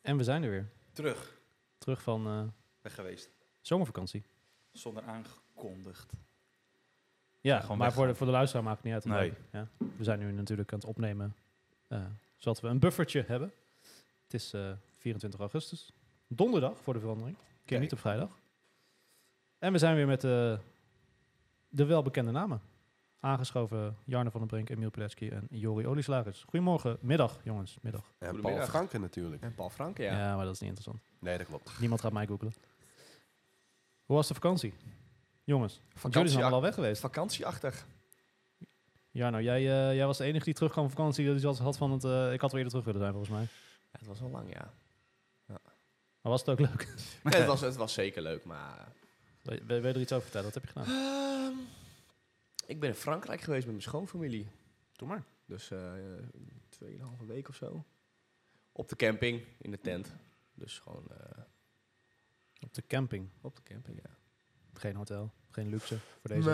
En we zijn er weer. Terug van weg geweest. zomervakantie. Zonder aangekondigd. Ja, gewoon maar weggaan. voor de luisteraar maakt het niet uit. Nee. Ja. We zijn nu natuurlijk aan het opnemen, zodat we een buffertje hebben. Het is 24 augustus. Donderdag voor de verandering. Een keer niet op vrijdag. En we zijn weer met de welbekende namen. Aangeschoven Jarno van den Brink, Emiel Pilecki en Jori Olieslagers. Goedemorgen, middag jongens, middag. En Paul Franken natuurlijk. En Paul Franken, ja. Ja, maar dat is niet interessant. Nee, dat klopt. Niemand gaat mij googlen. Hoe was de vakantie? Jongens, want jullie zijn allemaal al weg geweest. Vakantieachtig. Jarno, jij was de enige die terugkwam van vakantie. Die had van het, ik had wel eerder terug willen zijn volgens mij. Ja, het was wel lang, ja. Maar was het ook leuk? Nee, het was zeker leuk, maar... Wil je er iets over vertellen? Wat heb je gedaan? Ik ben in Frankrijk geweest met mijn schoonfamilie. Doe maar. Dus 2,5 week of zo. Op de camping, in de tent. Dus gewoon Op de camping. op de camping, ja. Geen hotel, geen luxe voor deze.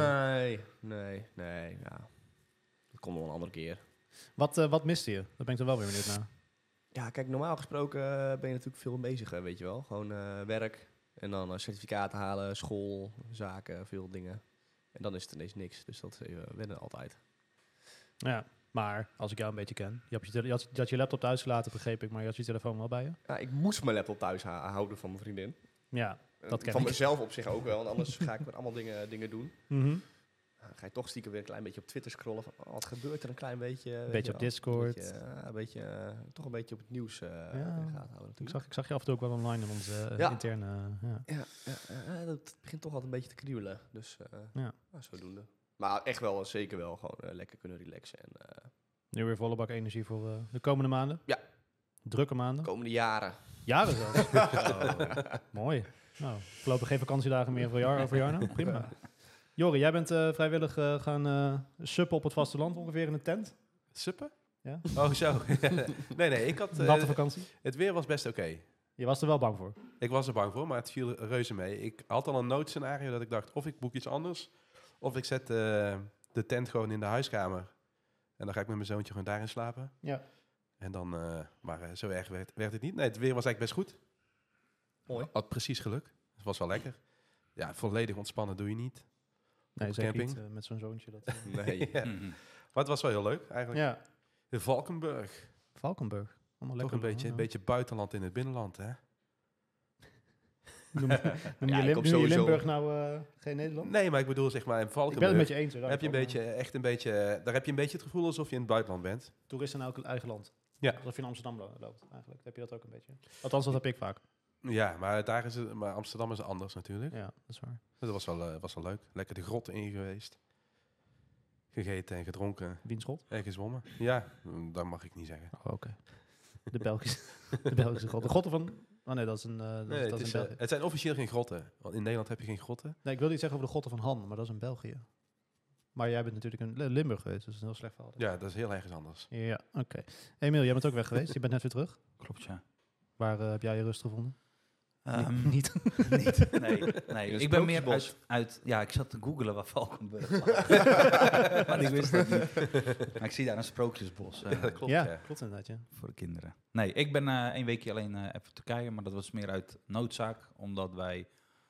Nee, ja. Dat komt nog een andere keer. Wat miste je? Daar ben ik er wel weer benieuwd naar. Ja, kijk, normaal gesproken ben je natuurlijk veel bezig, weet je wel. Gewoon werk en dan certificaten halen, school, zaken, veel dingen. En dan is het ineens niks. Dus dat wennen altijd. Ja, maar als ik jou een beetje ken. Je had je laptop thuis gelaten, begreep ik, maar je had je telefoon wel bij je. Ja, ik moest mijn laptop thuis houden van mijn vriendin. Ja, dat ken van ik. mezelf op zich ook wel, want anders ga ik weer allemaal dingen doen. Mhm. Dan ga je toch stiekem weer een klein beetje op Twitter scrollen. Van, wat gebeurt er een klein beetje? Een beetje op Discord. Toch een beetje op het nieuws in de gaten houden natuurlijk. Ik zag je af en toe ook wel online in onze interne... Ja. Dat begint toch altijd een beetje te kriebelen. Dus Ja. zodoende. Maar echt wel, zeker wel, gewoon lekker kunnen relaxen. En Nu weer volle bak energie voor de komende maanden. Ja. Drukke maanden. komende jaren. Jaren zelfs. Mooi. Nou, voorlopig geen vakantiedagen meer voor Jarno. Prima. Jori, jij bent vrijwillig gaan suppen op het vasteland, ongeveer in een tent. Suppen? Ja? Oh, zo. nee, ik had... Natte vakantie. Het weer was best oké. Je was er wel bang voor. Ik was er bang voor, maar het viel reuze mee. Ik had al een noodscenario dat ik dacht, of ik boek iets anders, of ik zet de tent gewoon in de huiskamer. En dan ga ik met mijn zoontje gewoon daarin slapen. Ja. En dan, maar zo erg werd het niet. Nee, het weer was eigenlijk best goed. Mooi. Had precies geluk. Het was wel lekker. Ja, volledig ontspannen doe je niet. Nee, Op zeker camping? niet met zo'n zoontje. Dat, Nee. Ja. Maar het was wel heel leuk eigenlijk. ja. De Valkenburg. Valkenburg. Allemaal Toch lekker. een beetje buitenland in het binnenland, hè? Noem Ja, ik kom je sowieso- Limburg nou geen Nederland? Nee, maar ik bedoel zeg maar in Ik ben het Valkenburg. met je eens. Hoor. Heb je daar heb je een beetje het gevoel alsof je in het buitenland bent. Toeristen in elk eigen land. Ja. Alsof je in Amsterdam loopt, eigenlijk. Heb je dat ook een beetje? Althans, dat heb ik vaak. Ja, maar daar is het, maar Amsterdam is anders natuurlijk. Ja, dat is waar. Dat was wel leuk. Lekker de grotten in geweest. Gegeten en gedronken Wienschot? en gezwommen. Ja, dat mag ik niet zeggen. Oh, oké. De Belgische grot. De grotten van... Oh nee, dat is een... Nee, dat is in België. het zijn officieel geen grotten. Want in Nederland heb je geen grotten. Nee, ik wilde iets zeggen over de grotten van Han, maar dat is in België. Maar jij bent natuurlijk in Limburg geweest, dus dat is een heel slecht verhaal. Ja, dat is heel ergens anders. Ja, oké. Emiel, jij bent ook weg geweest. Je bent net weer terug. Klopt, ja. Waar heb jij je rust gevonden? Niet. Nee. een Ik ben meer sprookjesbos. uit... Ja, ik zat te googelen waar Valkenburg lag. Maar ik wist dat niet. Maar ik zie daar een sprookjesbos Ja, dat klopt. ja, Ja. klopt inderdaad, ja. voor de kinderen. Nee, ik ben 1 weekje alleen even Turkije, maar dat was meer uit noodzaak, omdat wij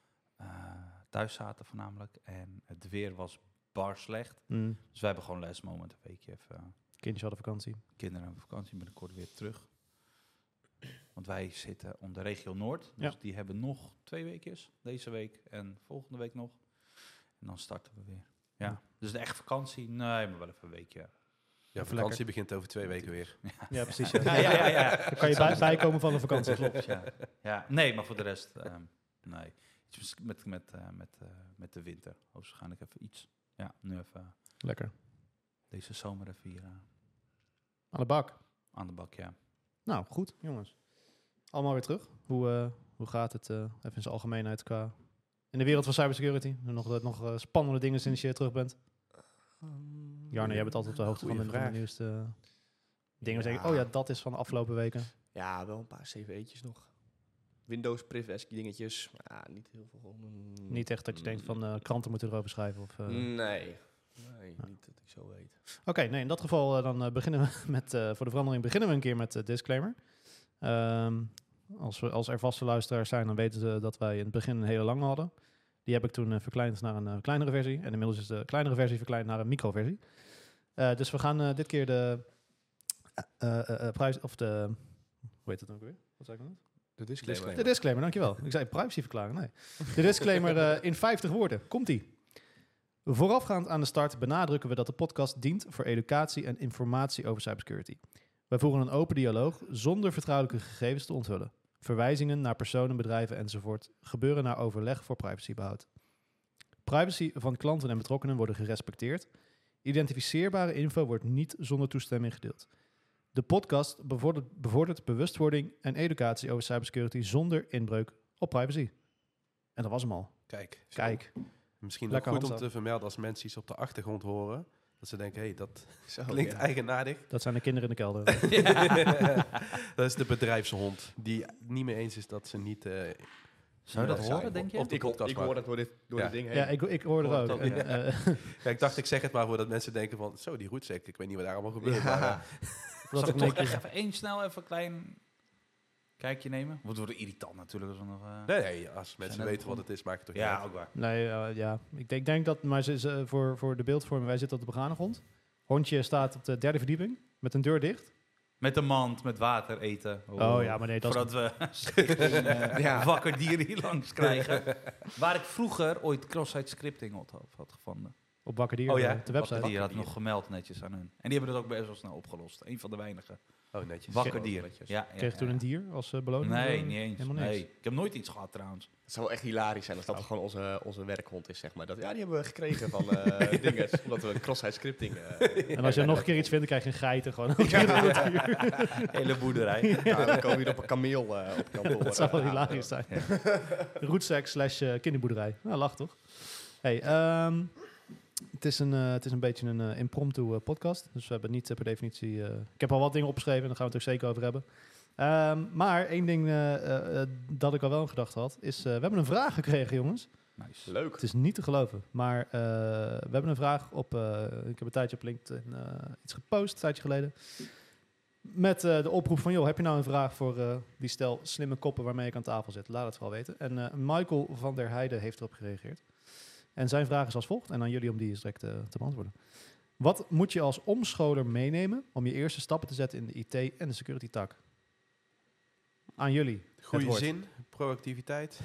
thuis zaten voornamelijk. En het weer was bar slecht. Mm. Dus we hebben gewoon last moment een weekje even... Kindjes hadden vakantie. Kinderen hebben vakantie, binnenkort weer terug. Want wij zitten om de regio Noord. Dus Ja. die hebben nog 2 weekjes. Deze week en volgende week nog. En dan starten we weer. Ja. Dus de echt vakantie? Nee, maar wel even een weekje. Ja, vakantie begint over 2 weken weer. Ja, precies. Ja. Ja. Dan kan je bijkomen van de vakantie. Klopt, ja. Nee, maar voor de rest, nee. Iets met de winter. Hoogstwaarschijnlijk even iets. Ja, nu even Lekker. deze zomer even hier Aan de bak. aan de bak, ja. Nou, goed, jongens. Allemaal weer terug. Hoe gaat het even in zijn algemeenheid qua... In de wereld van cybersecurity? Nog spannende dingen sinds je terug bent? Jarno, jij bent altijd op de hoogte van Goeie de vraag. nieuwste dingen. Ja. Zeg ik, oh ja, dat is van de afgelopen weken. Ja, wel een paar CV'tjes nog. Windows privacy dingetjes. Maar ja, niet heel veel. Niet echt dat je denkt van kranten moeten erover schrijven. Of, Nee, niet dat ik zo weet. Oké, nee, in dat geval dan beginnen we met... voor de verandering beginnen we een keer met disclaimer. Als er vaste luisteraars zijn, dan weten ze dat wij in het begin een hele lange hadden. Die heb ik toen verkleind naar een kleinere versie. En inmiddels is de kleinere versie verkleind naar een microversie. Dus we gaan dit keer de prijs, of de, hoe heet het ook weer? Wat zei ik nou? De disclaimer. De disclaimer, dankjewel. Ik zei privacyverklaring, nee. De disclaimer in 50 woorden. Komt-ie. Voorafgaand aan de start benadrukken we dat de podcast dient voor educatie en informatie over cybersecurity. Wij voeren een open dialoog zonder vertrouwelijke gegevens te onthullen. Verwijzingen naar personen, bedrijven enzovoort gebeuren naar overleg voor privacybehoud. Privacy van klanten en betrokkenen worden gerespecteerd. Identificeerbare info wordt niet zonder toestemming gedeeld. De podcast bevordert bewustwording en educatie over cybersecurity zonder inbreuk op privacy. En dat was hem al. Kijk. Misschien ook Lekker goed om handzaam. te vermelden als mensen iets op de achtergrond horen. Dat ze denken, hé, dat Zo, klinkt ja. eigenaardig. Dat zijn de kinderen in de kelder. Dat is de bedrijfshond die niet meer eens is dat ze niet... Zou je dat Ja, horen, denk je? of de podcast Ik hoor maken. het door Ja. dit ding heen. Ja, ik hoorde Hoor het het ook. ook, En, ja. Ja, ik dacht, ik zeg het maar voordat mensen denken van... Zo, die roetsek, ik weet niet wat daar allemaal gebeurt. Ja. Maar, dat Zal ik ik in toch één echt keer- even snel even een klein kijkje nemen? Want het wordt irritant natuurlijk als we nog... nee, als mensen net weten wat het is, maakt het toch ja, niet ook waar. Nee, ja. Ik denk dat, maar voor de beeldvorming, wij zitten op de begane grond. Hondje staat op de 3e verdieping met een deur dicht. Met een mand, met water, eten. Oh ja, maar nee, dat is... Voordat we stichting, Ja. wakker dieren hier langs krijgen. Waar ik vroeger ooit cross-site scripting had gevonden. Op Wakker Dier, Oh ja, de website. Wakker Dier had nog gemeld netjes aan hun. En die hebben het ook best wel snel opgelost. Een van de weinigen. Oh, netjes. Wakker Dier. Netjes. Ja, Kreeg je toen een dier als beloning? Nee, niet eens. Helemaal niks. Nee. Ik heb nooit iets gehad trouwens. Het zou wel echt hilarisch zijn als dat gewoon onze werkhond is, zeg maar. Dat, ja, die hebben we gekregen van dingen, omdat we een cross-site scripting... En als je nog een keer iets vindt, dan krijg je een geiten gewoon. Hele boerderij. Ja, dan komen we hier op een kameel op kantoor. Dat zou wel hilarisch zijn. Roetsek / kinderboerderij. Nou, lach toch? Hey, het is een beetje een impromptu podcast. Dus we hebben niet per definitie... ik heb al wat dingen opgeschreven, daar gaan we het er zeker over hebben. Maar één ding dat ik al wel in gedachten had, is... we hebben een vraag gekregen, jongens. Nice. Leuk. Het is niet te geloven, maar we hebben een vraag op... ik heb een tijdje op LinkedIn iets gepost, een tijdje geleden. Met de oproep van, joh, heb je nou een vraag voor die stel slimme koppen waarmee ik aan tafel zit? Laat het vooral weten. En Michael van der Heijden heeft erop gereageerd. En zijn vraag is als volgt, en aan jullie om die eens direct te beantwoorden. Wat moet je als omscholer meenemen om je eerste stappen te zetten in de IT en de security tak? Aan jullie. Goeie het woord. zin, proactiviteit.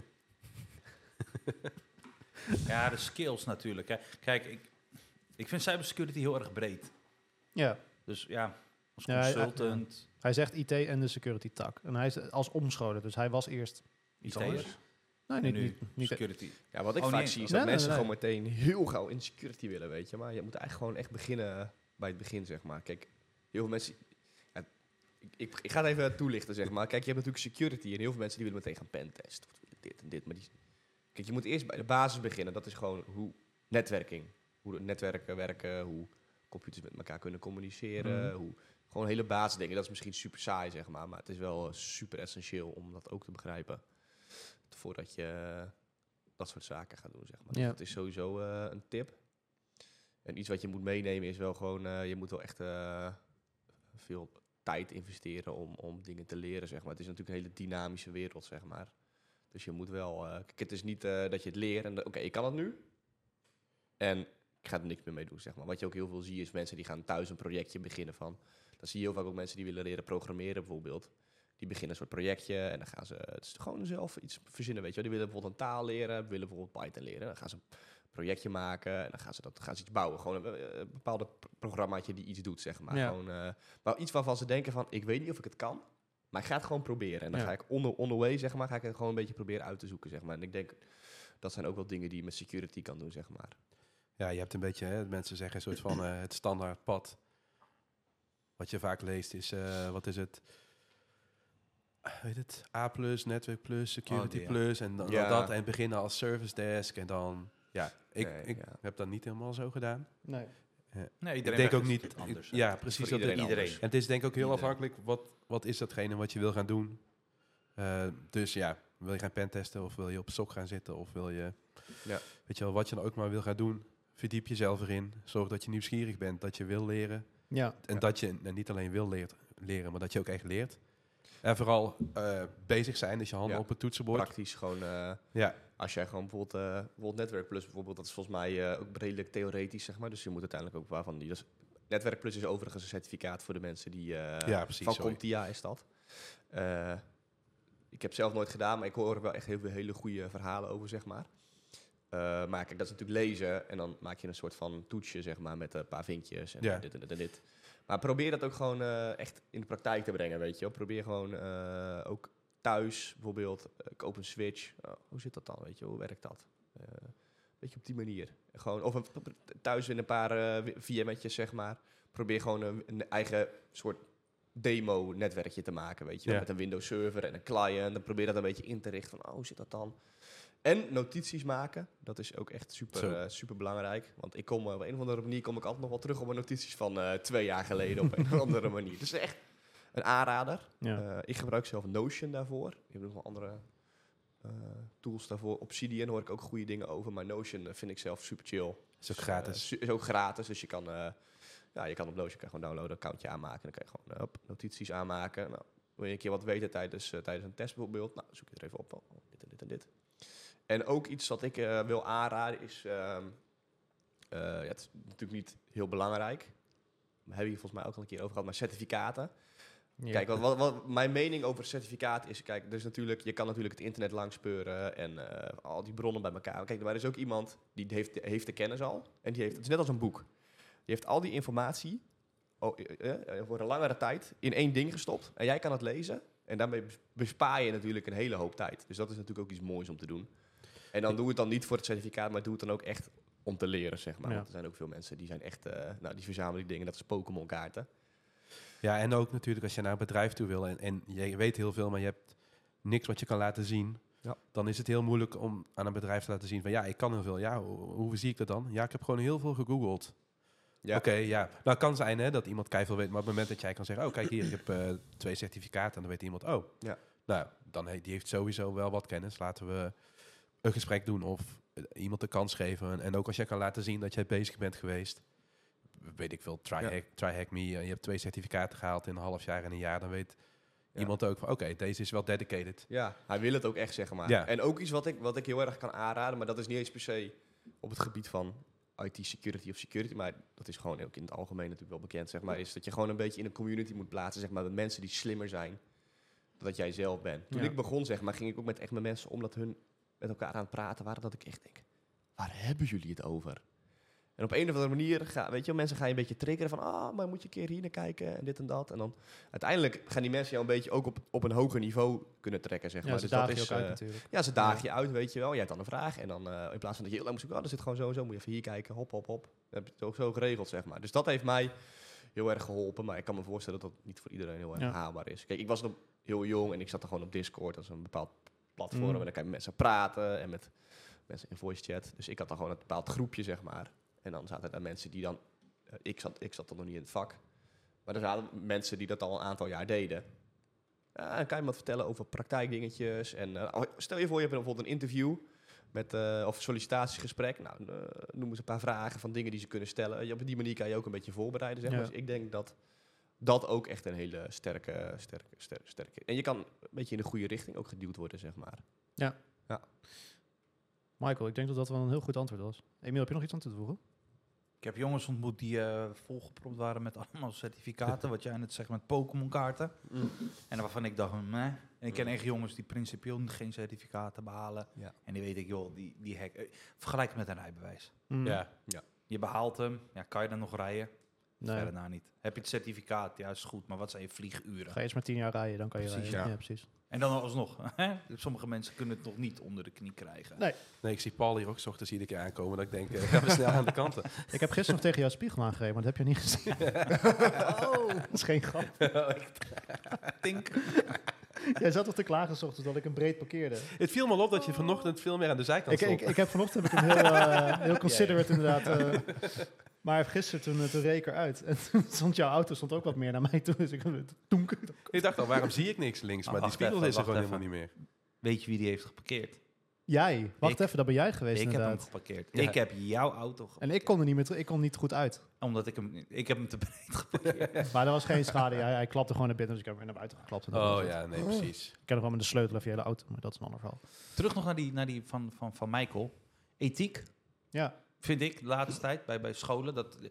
Ja, de skills natuurlijk. Hè. Kijk, ik vind cybersecurity heel erg breed. Ja, Dus ja, als Ja, consultant... hij zegt IT en de security tak. En hij is als omscholer, dus hij was eerst iets IT'er. anders. Nee, En niet, nu niet. security. Ja, wat ik Oh, vaak nee. zie is Nee, dat nee, mensen nee. gewoon meteen heel gauw in security willen, weet je. Maar je moet eigenlijk gewoon echt beginnen bij het begin, zeg maar. Kijk, heel veel mensen... Ja, ik ga het even toelichten, zeg maar. Kijk, je hebt natuurlijk security en heel veel mensen die willen meteen gaan pentesten. Of dit en dit, maar kijk, je moet eerst bij de basis beginnen. Dat is gewoon hoe netwerking. Hoe de netwerken werken, hoe computers met elkaar kunnen communiceren. Mhm. Hoe, gewoon hele basisdingen. Dat is misschien super saai, zeg maar. Maar het is wel super essentieel om dat ook te begrijpen. Voordat je dat soort zaken gaat doen, zeg maar. Dus Ja. dat is sowieso een tip. En iets wat je moet meenemen is wel gewoon... je moet wel echt veel tijd investeren om dingen te leren, zeg maar. Het is natuurlijk een hele dynamische wereld, zeg maar. Dus je moet wel... kijk, het is niet dat je het leert en... Oké, ik kan het nu. En ik ga er niks meer mee doen, zeg maar. Wat je ook heel veel ziet is mensen die gaan thuis een projectje beginnen van... Dan zie je heel vaak ook mensen die willen leren programmeren, bijvoorbeeld. Die beginnen een soort projectje en dan gaan ze... Het is gewoon zelf iets verzinnen, weet je wel. Die willen bijvoorbeeld een taal leren, willen bijvoorbeeld Python leren. Dan gaan ze een projectje maken en dan gaan ze iets bouwen. Gewoon een bepaalde programmaatje die iets doet, zeg maar. Ja. Gewoon, maar iets waarvan ze denken van, ik weet niet of ik het kan, maar ik ga het gewoon proberen. En dan Ja. ga ik on the way, zeg maar, ga ik het gewoon een beetje proberen uit te zoeken, zeg maar. En ik denk, dat zijn ook wel dingen die je met security kan doen, zeg maar. Ja, je hebt een beetje, hè, mensen zeggen een soort van het standaard pad. Wat je vaak leest is, wat is het? Weet het? A+, Netwerk Plus, Security die, ja. Plus en dan Ja. dat en beginnen als service desk en dan, ja, ik Ja. heb dat niet helemaal zo gedaan. Nee. Nee, Ik iedereen denk werkt ook een niet, stuk anders. hè. ja, precies. Voor Dat iedereen iedereen. anders. En het is denk ik ook heel Iedereen. afhankelijk, wat is datgene wat je wil gaan doen. Dus ja, wil je gaan pentesten of wil je op SOC gaan zitten of wil je, Ja. weet je wel, wat je dan ook maar wil gaan doen. Verdiep jezelf erin. Zorg dat je nieuwsgierig bent, dat je wil leren. Ja. En dat je niet alleen wil leren, maar dat je ook echt leert. En vooral bezig zijn, dus je handen Ja. op het toetsenbord. Praktisch gewoon... Ja, Als jij gewoon bijvoorbeeld Netwerk Plus bijvoorbeeld, dat is volgens mij ook redelijk theoretisch, zeg maar. Dus je moet uiteindelijk ook waarvan die... Netwerk Plus is overigens een certificaat voor de mensen die... ja precies. van Sorry. Contia is dat. Ik heb zelf nooit gedaan, maar ik hoor er wel echt heel veel hele goede verhalen over, zeg maar. Maar kijk, dat is natuurlijk lezen en dan maak je een soort van toetsje, zeg maar, met een paar vinkjes en Ja. dit en dit en dit. Maar probeer dat ook gewoon echt in de praktijk te brengen, weet je wel. Probeer gewoon ook thuis, bijvoorbeeld, ik open een Switch. Oh, hoe zit dat dan, weet je, hoe werkt dat? Beetje op die manier. Gewoon, of thuis in een paar VM'tjes, zeg maar. Probeer gewoon een eigen soort demo-netwerkje te maken, weet je wel. Ja. Met een Windows server en een client. Dan probeer dat een beetje in te richten van, hoe zit dat dan? En notities maken, dat is ook echt super belangrijk. Want ik kom op een of andere manier kom ik altijd nog wel terug op mijn notities van 2 jaar geleden op een of andere manier. Dus echt een aanrader. Ja. Ik gebruik zelf Notion daarvoor. Je hebt nog wel andere tools daarvoor. Obsidian hoor ik ook goede dingen over, maar Notion vind ik zelf super chill. Is ook gratis. Is ook gratis, dus je kan op Notion gewoon downloaden, een accountje aanmaken. Dan kan je gewoon notities aanmaken. Nou, wil je een keer wat weten tijdens een test bijvoorbeeld? Nou, zoek je er even op. Oh, dit en dit en dit. En ook iets wat ik wil aanraden is... het is natuurlijk niet heel belangrijk. We hebben hier volgens mij ook al een keer over gehad, maar certificaten. Ja. Kijk, wat mijn mening over certificaat is... Kijk, dus natuurlijk, je kan natuurlijk het internet langspeuren en al die bronnen bij elkaar. Kijk, maar er is ook iemand die heeft de kennis al. En die heeft, het is net als een boek. Die heeft al die informatie voor een langere tijd in 1 ding gestopt. En jij kan het lezen. En daarmee bespaar je natuurlijk een hele hoop tijd. Dus dat is natuurlijk ook iets moois om te doen. En dan doe het dan niet voor het certificaat, maar doe het dan ook echt om te leren, zeg maar. Ja. Want er zijn ook veel mensen die zijn echt... die verzamelen die dingen, dat is Pokémon kaarten. Ja, en ook natuurlijk als je naar een bedrijf toe wil en je weet heel veel, maar je hebt niks wat je kan laten zien. Ja. Dan is het heel moeilijk om aan een bedrijf te laten zien van ja, ik kan heel veel. Ja, hoe zie ik dat dan? Ja, ik heb gewoon heel veel gegoogeld. Ja. Oké, ja. Nou, het kan zijn hè, dat iemand keiveel weet, maar op het moment dat jij kan zeggen, oh kijk hier, ik heb 2 certificaten, en dan weet iemand, oh. Ja. Nou, die heeft sowieso wel wat kennis. Laten we een gesprek doen of iemand de kans geven. En ook als jij kan laten zien dat jij bezig bent geweest, weet ik veel, TryHack Me, je hebt 2 certificaten gehaald in een half jaar en een jaar, dan weet iemand ook van, oké, deze is wel dedicated. Ja, hij wil het ook echt, zeg maar. Ja. En ook iets wat ik heel erg kan aanraden, maar dat is niet eens per se op het gebied van IT-security of security, maar dat is gewoon ook in het algemeen natuurlijk wel bekend, zeg maar, is dat je gewoon een beetje in een community moet plaatsen, zeg maar, met mensen die slimmer zijn dan dat jij zelf bent. Toen Ja. ik begon, zeg maar, ging ik ook met mensen omdat hun met elkaar aan het praten waren, dat ik echt denk, waar hebben jullie het over? En op een of andere manier, mensen gaan je een beetje triggeren van, maar moet je een keer hier naar kijken en dit en dat. En dan uiteindelijk gaan die mensen jou een beetje ook op een hoger niveau kunnen trekken, zeg maar. Ja, ze Dus dagen dat je is, ook uit natuurlijk. ja, ze dagen je uit, weet je wel. Je hebt dan een vraag en dan in plaats van dat je heel lang moet zoeken, dat zit gewoon zo, moet je even hier kijken, hop. Dat heb je het ook zo geregeld, zeg maar. Dus dat heeft mij heel erg geholpen, maar ik kan me voorstellen dat dat niet voor iedereen heel erg haalbaar is. Kijk, ik was nog heel jong en ik zat er gewoon op Discord, dat is een bepaald platform, en dan kan je met mensen praten en met mensen in voice chat. Dus ik had dan gewoon een bepaald groepje, zeg maar. En dan zaten er mensen die dan... Ik zat dan nog niet in het vak. Maar er zaten mensen die dat al een aantal jaar deden. Dan kan je wat vertellen over praktijkdingetjes. En stel je voor, je hebt bijvoorbeeld een interview of een sollicitatiegesprek. Nou, noem eens een paar vragen van dingen die ze kunnen stellen. Op die manier kan je ook een beetje voorbereiden, zeg maar. Ja. Dus ik denk dat dat ook echt een hele sterke... En je kan een beetje in de goede richting ook geduwd worden, zeg maar. Michael, ik denk dat dat wel een heel goed antwoord was. Emiel, heb je nog iets aan toe te voegen? Ik heb jongens ontmoet die volgepropt waren met allemaal certificaten, wat jij net zegt met Pokémon kaarten. En waarvan ik dacht, meh. En ik ken echt jongens die principieel geen certificaten behalen. Ja. En die weet ik, joh, die hack. Vergelijk het met een rijbewijs. Ja. Je behaalt hem, ja, kan je dan nog rijden? Nee. Verder nou niet. Heb je het certificaat? Ja, is goed, maar wat zijn je vlieguren? Ga je eens maar 10 jaar rijden, dan kan je Precies, rijden. ja. Ja, precies. En dan alsnog, hè? Sommige mensen kunnen het nog niet onder de knie krijgen. Nee. Nee, ik zie Paul hier ook 's ochtends iedere keer aankomen, dat ik denk, gaan we snel aan de kanten. Ik heb gisteren nog tegen jouw spiegel aangegeven, maar dat heb je niet gezien. Oh, dat is geen grap. Tink. Jij zat toch te klagen 's ochtends dat ik een breed parkeerde. Het viel me op dat je vanochtend veel meer aan de zijkant stond. Ik heb vanochtend heb ik hem heel considerate inderdaad. Maar gisteren toen reed ik eruit. En toen stond jouw auto ook wat meer naar mij toe. Dus ik toenk. Ik dacht al, waarom zie ik niks links? Maar die wacht spiegel even, is er wacht gewoon helemaal even. niet meer. Weet je wie die heeft geparkeerd? Jij. Wacht even, dat ben jij geweest Ik heb hem inderdaad. geparkeerd. Ja. Ik heb jouw auto geparkeerd. En ik kon er niet meer ik kon niet goed uit. Omdat ik heb hem te breed geparkeerd. Maar er was geen schade. Hij klapte gewoon naar binnen, dus ik heb hem weer naar buiten geklapt. En dat was Oh het. ja, nee, precies. Ik ken nog wel met de sleutel even je hele auto, maar dat is een ander verhaal. Terug nog naar die van Michael. Ethiek, Ja, vind ik, de laatste tijd bij scholen.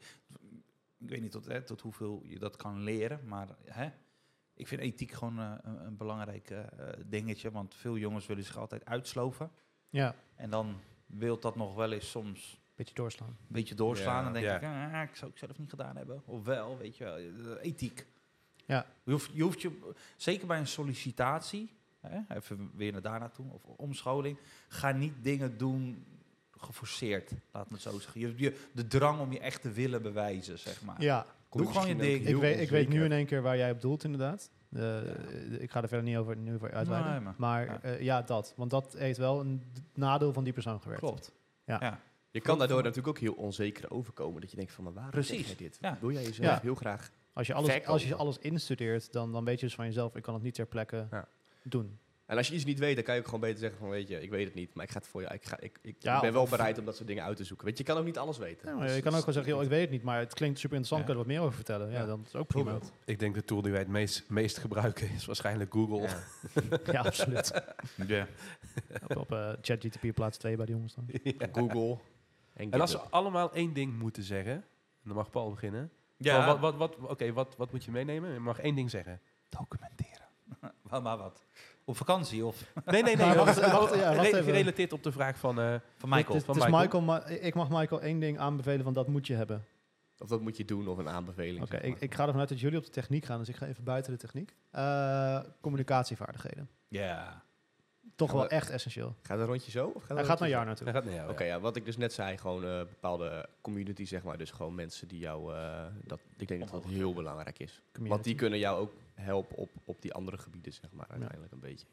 Ik weet niet tot hoeveel je dat kan leren, maar ik vind ethiek gewoon een belangrijk dingetje. Want veel jongens willen zich altijd uitsloven. ja. En dan wil dat nog wel eens soms Beetje doorslaan. een beetje doorslaan. Ja. Dan denk Ja. ik zou ik zelf niet gedaan hebben. Of wel, weet je wel, ethiek. Ja. Je hoeft zeker bij een sollicitatie, even weer naar daar naartoe, of omscholing, ga niet dingen doen geforceerd, laat me het zo zeggen. De drang om je echt te willen bewijzen, zeg maar. Ja, Doe gewoon je ding. ik weet nu in één keer waar jij op doelt, inderdaad. Ik ga er verder niet over uitweiden. Nee, maar ja, dat. Want dat heeft wel een nadeel van die persoon gewerkt. Klopt. Ja. Ja. Je kan daardoor natuurlijk ook heel onzeker overkomen. Dat je denkt van, maar waarom Precies. zeg jij dit? Ja. Wil jij jezelf Ja. heel graag... Als je Verkopen. alles instudeert, dan weet je dus van jezelf, ik kan het niet ter plekke Ja. doen. En als je iets niet weet, dan kan je ook gewoon beter zeggen van, weet je, ik weet het niet, maar ik ga het voor je. Ik Ja, ben wel of- bereid om dat soort dingen uit te zoeken. Weet je, je kan ook niet alles weten. Ja, maar Dus- je kan ook dus- gewoon zeggen, joh, ik weet het niet, maar het klinkt super interessant, Ja. kan je er wat meer over vertellen. Ja, Ja. dan is het ook prima. Bijvoorbeeld. Ik denk de tool die wij het meest gebruiken is waarschijnlijk Google. Ja. Ja, absoluut. Ja. op ChatGPT plaats 2 bij die jongens dan. Ja. Google. En als we allemaal één ding moeten zeggen, en dan mag Paul beginnen. Ja. Paul, wat moet je meenemen? Je mag één ding zeggen. Documenteren. Maar wat? Op vakantie of Nee. Maar wacht even. Gerelateerd op de vraag van... van Michael? Het van is Michael. Michael, maar ik mag Michael één ding aanbevelen van dat moet je hebben. Of dat moet je doen, of een aanbeveling. Oké, zeg maar. ik ga ervan uit dat jullie op de techniek gaan, dus ik ga even buiten de techniek. Communicatievaardigheden. Ja. Toch Gaan wel we- echt essentieel. Gaat dat rondje zo? Of Hij gaat naar jou Hij natuurlijk. gaat naar jou. Oké, ja, wat ik dus net zei, gewoon bepaalde community, zeg maar. Dus gewoon mensen die jou... ik denk dat dat heel belangrijk is. Want die kunnen jou ook helpen op die andere gebieden, zeg maar, uiteindelijk een beetje.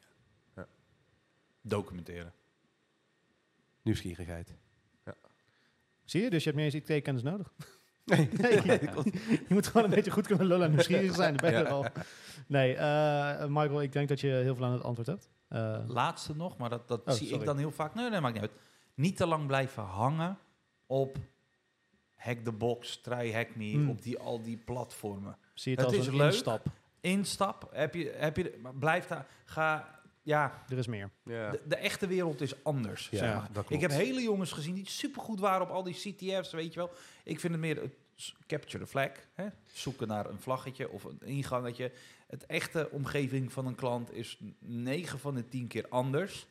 Documenteren. Nieuwsgierigheid. Zie je, dus je hebt niet eens IT-kennis nodig. Nee. Nee, je moet gewoon een beetje goed kunnen lullen en nieuwsgierig zijn. Dan ben je Ja. er al. Nee, Michael, ik denk dat je heel veel aan het antwoord hebt. Laatste nog, maar dat Oh, zie sorry. ik dan heel vaak. Nee, maakt niet uit. Niet te lang blijven hangen op Hack the Box, Try Hack Me, op al die platformen. Zie je het Het als is een leuk. instap. Instap, maar blijf daar, Er is meer. Ja. de echte wereld is anders. Ja, zeg maar. dat klopt. Ik heb hele jongens gezien die supergoed waren op al die CTF's, weet je wel. Ik vind het meer het capture the flag, hè? Zoeken naar een vlaggetje of een ingangetje. Het echte omgeving van een klant is 9 van de 10 keer anders.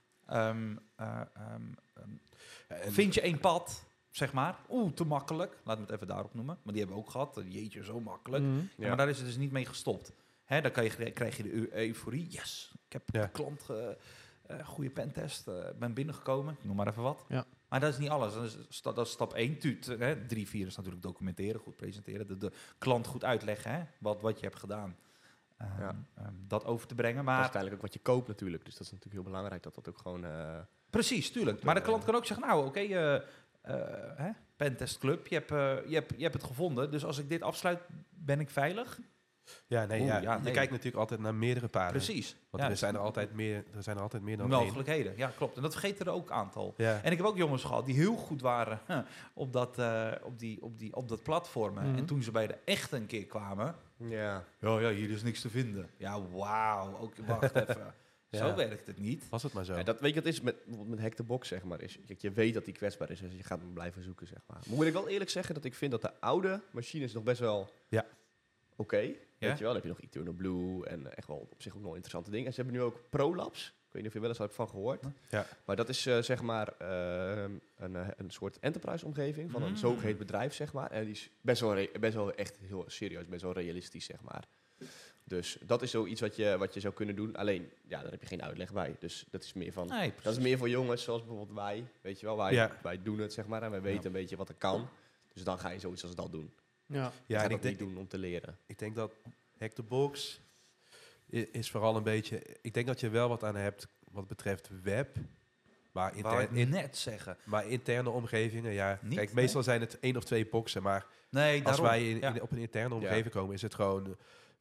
Vind je één pad, zeg maar, te makkelijk. Laat me het even daarop noemen. Maar die hebben we ook gehad. Jeetje, zo makkelijk. Mhm. Ja, maar daar is het dus niet mee gestopt. Hè, dan krijg je de euforie. Yes, ik heb Ja. de klant, goede pentest, ben binnengekomen. Ik noem maar even wat. Ja. Maar dat is niet alles. Dat is stap 1. 3, 4 is natuurlijk documenteren, goed presenteren. De klant goed uitleggen, hè, wat je hebt gedaan. Dat over te brengen. Dat is Maar uiteindelijk ook wat je koopt natuurlijk. Dus dat is natuurlijk heel belangrijk dat dat ook gewoon... precies, tuurlijk. Maar de klant kan ook zeggen, nou oké, Pentest Club, je hebt het gevonden. Dus als ik dit afsluit, ben ik veilig. Ja, nee, Oeh, ja. ja, Je nee. kijkt natuurlijk altijd naar meerdere paden. Precies. Want Ja, er zijn er altijd meer dan één. mogelijkheden. Ja, klopt. En dat vergeten er ook een aantal. Ja. En ik heb ook jongens gehad die heel goed waren op dat platformen. Mhm. En toen ze bij de echte een keer kwamen, Ja. ja, hier is niks te vinden. Ja, wauw. Ook, wacht even. Ja. Zo werkt het niet. Was het maar zo. Ja, dat, weet je, dat is bijvoorbeeld met Hack the Box, zeg maar. Kijk, je weet dat die kwetsbaar is, dus je gaat hem blijven zoeken, zeg maar. Maar moet ik wel eerlijk zeggen dat ik vind dat de oude machines nog best wel Ja. oké. Ja? Weet je wel, dan heb je nog Eternal Blue en echt wel op zich ook nog interessante dingen. En ze hebben nu ook ProLabs. Ik weet niet of je wel eens hebt van gehoord. Ja. Maar dat is zeg maar een soort enterprise-omgeving van een Mm. zogeheten bedrijf, zeg maar. En die is best wel echt heel serieus, best wel realistisch, zeg maar. Dus dat is zoiets wat je zou kunnen doen. Alleen, ja, daar heb je geen uitleg bij. Dus dat is meer van... Nee, Dat is precies. meer voor jongens zoals bijvoorbeeld wij. Weet je wel, Ja. wij doen het, zeg maar. En wij weten een beetje wat er kan. Dus dan ga je zoiets als dat doen. Ja. Je Ja, gaat en dat ik niet denk, doen om te leren. ik denk dat Hack the Box is vooral een beetje... Ik denk dat je wel wat aan hebt wat betreft web. Maar, Wou ik net zeggen. maar interne omgevingen, ja. Niet, Kijk, nee? meestal zijn het 1 of 2 boxen. Maar Nee, als daarom. wij Ja. op een interne omgeving komen, is het gewoon...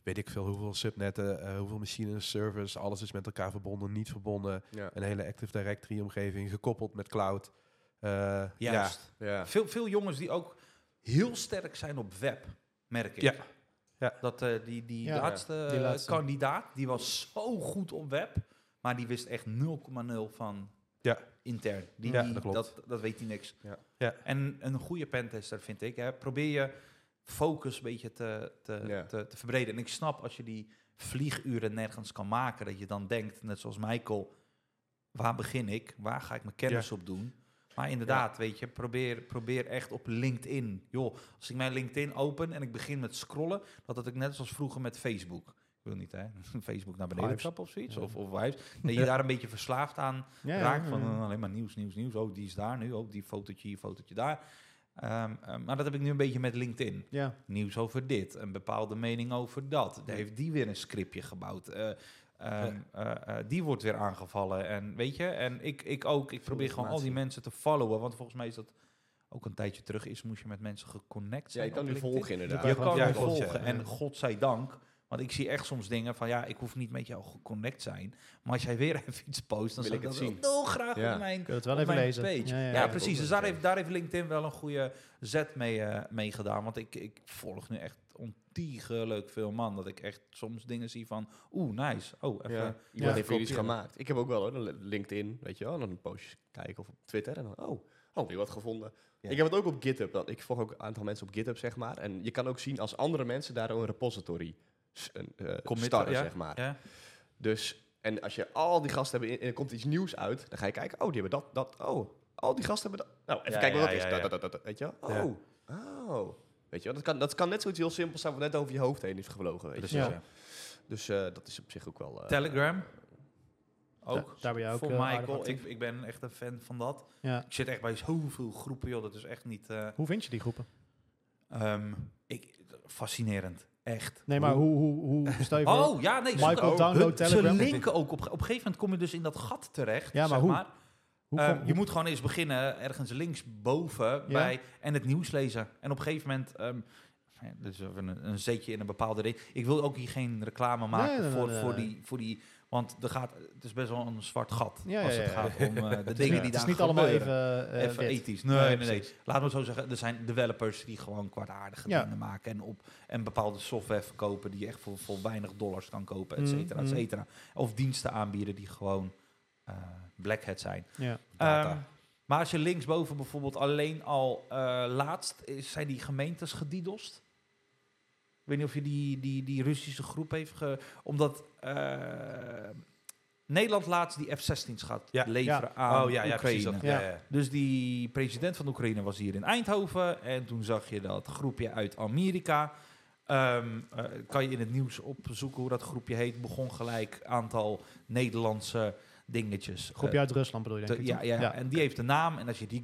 weet ik veel, hoeveel subnetten, hoeveel machines, servers, alles is met elkaar verbonden, niet verbonden. Ja. Een hele Active Directory omgeving, gekoppeld met cloud. Juist. Ja. Veel jongens die ook heel sterk zijn op web, merk ik. Ja. Ja. Dat die Ja, laatste die laatste. kandidaat, die was zo goed op web, maar die wist echt 0,0 van Ja. intern. Ja, dat klopt. Dat weet hij niks. Ja. Ja. En een goede pentester vind ik, hè, probeer je focus een beetje te verbreden. En ik snap als je die vlieguren nergens kan maken, dat je dan denkt, net zoals Michael, waar begin ik? Waar ga ik mijn kennis op doen? Maar inderdaad, weet je, probeer echt op LinkedIn. Joh, als ik mijn LinkedIn open en ik begin met scrollen, dat had ik net zoals vroeger met Facebook. Ik wil niet, hè, Facebook naar beneden Vibes. trappen of zoiets, Ja. of vibes. Dat je daar een beetje verslaafd aan Ja, raakt van alleen maar nieuws. Oh, die is daar nu, ook die fotootje hier, fotootje daar. Maar dat heb ik nu een beetje met LinkedIn. Ja. Nieuws over dit, een bepaalde mening over dat. Daar heeft die weer een scriptje gebouwd. Die wordt weer aangevallen. En weet je, en ik ook. Ik probeer gewoon al die informatie. mensen te followen. Want volgens mij is dat ook een tijdje terug moest je met mensen geconnect Ja, zijn. je kan op nu LinkedIn. volgen inderdaad. Je kan Ja, nu klopt, volgen. ja. En godzijdank. Want ik zie echt soms dingen van, ja, ik hoef niet met jou geconnect zijn. Maar als jij weer even iets post, dan Wil wil ik ik het dat zien. heel graag Ja. op mijn Kun je het wel op even mijn lezen. page. Ja, ja, Ja, ja. precies. Dus dat ook daar heeft LinkedIn wel een goede zet mee gedaan. Want ik volg nu echt ontiegelijk veel man. Dat ik echt soms dingen zie van, nice. Oh, even. Ja. Iemand Ja. heeft weer iets kopiëren. gemaakt. Ik heb ook wel hoor, dan LinkedIn, weet je wel, dan een postje kijken of op Twitter en dan, weer wat gevonden. Ja. Ik heb het ook op GitHub. Ik volg ook een aantal mensen op GitHub, zeg maar. En je kan ook zien als andere mensen daar een repository starten, zeg maar. Ja. Dus, en als je al die gasten hebben en er komt iets nieuws uit, dan ga je kijken, die hebben dat. Al die gasten hebben dat. Nou, even Ja, kijken wat ja, dat is. ja, ja. Dat, weet je wel? Ja. Weet je wel, dat kan net zoiets heel simpels zijn wat net over je hoofd heen is gevlogen, weet je Precies, wel. Ja. ja. Dus dat is op zich ook wel... Telegram. Ook. Daar ben je ook voor aardig Michael. actief. Ik ben echt een fan van dat. Ja. Ik zit echt bij zoveel groepen, joh. Dat is echt niet... Hoe vind je die groepen? Fascinerend. Echt. Nee, maar hoe stel je voor... Oh, ja, nee. Michael, download Ze Telegram. linken ook. Op een gegeven moment kom je dus in dat gat terecht. Ja, maar zeg hoe? maar. Hoe Je moet gewoon eens beginnen ergens linksboven bij en het nieuws lezen. En op een gegeven moment, dus even een zetje in een bepaalde ding. Ik wil ook hier geen reclame maken voor die, want het is best wel een zwart gat als het gaat om de dingen die Het is daar niet allemaal gebeuren. even Even wit. ethisch. Nee. precies. Laten we het zo zeggen. Er zijn developers die gewoon kwaadaardige Ja. dingen maken. En bepaalde software verkopen die je echt voor weinig dollars kan kopen, et cetera, et Mm. cetera. Of diensten aanbieden die gewoon black hat zijn. Ja. Data. Maar als je linksboven bijvoorbeeld alleen al laatst zijn die gemeentes gedidost. Ik weet niet of je die Russische groep heeft omdat Nederland laatst die F-16's gaat Ja. leveren aan precies. Oekraïne. Dat, Ja. ja. Dus die president van Oekraïne was hier in Eindhoven. En toen zag je dat groepje uit Amerika. Kan je in het nieuws opzoeken hoe dat groepje heet. Begon gelijk aantal Nederlandse dingetjes. Groepje uit Rusland bedoel je, denk ik. Ja, toch? ja, en die heeft een naam. En als je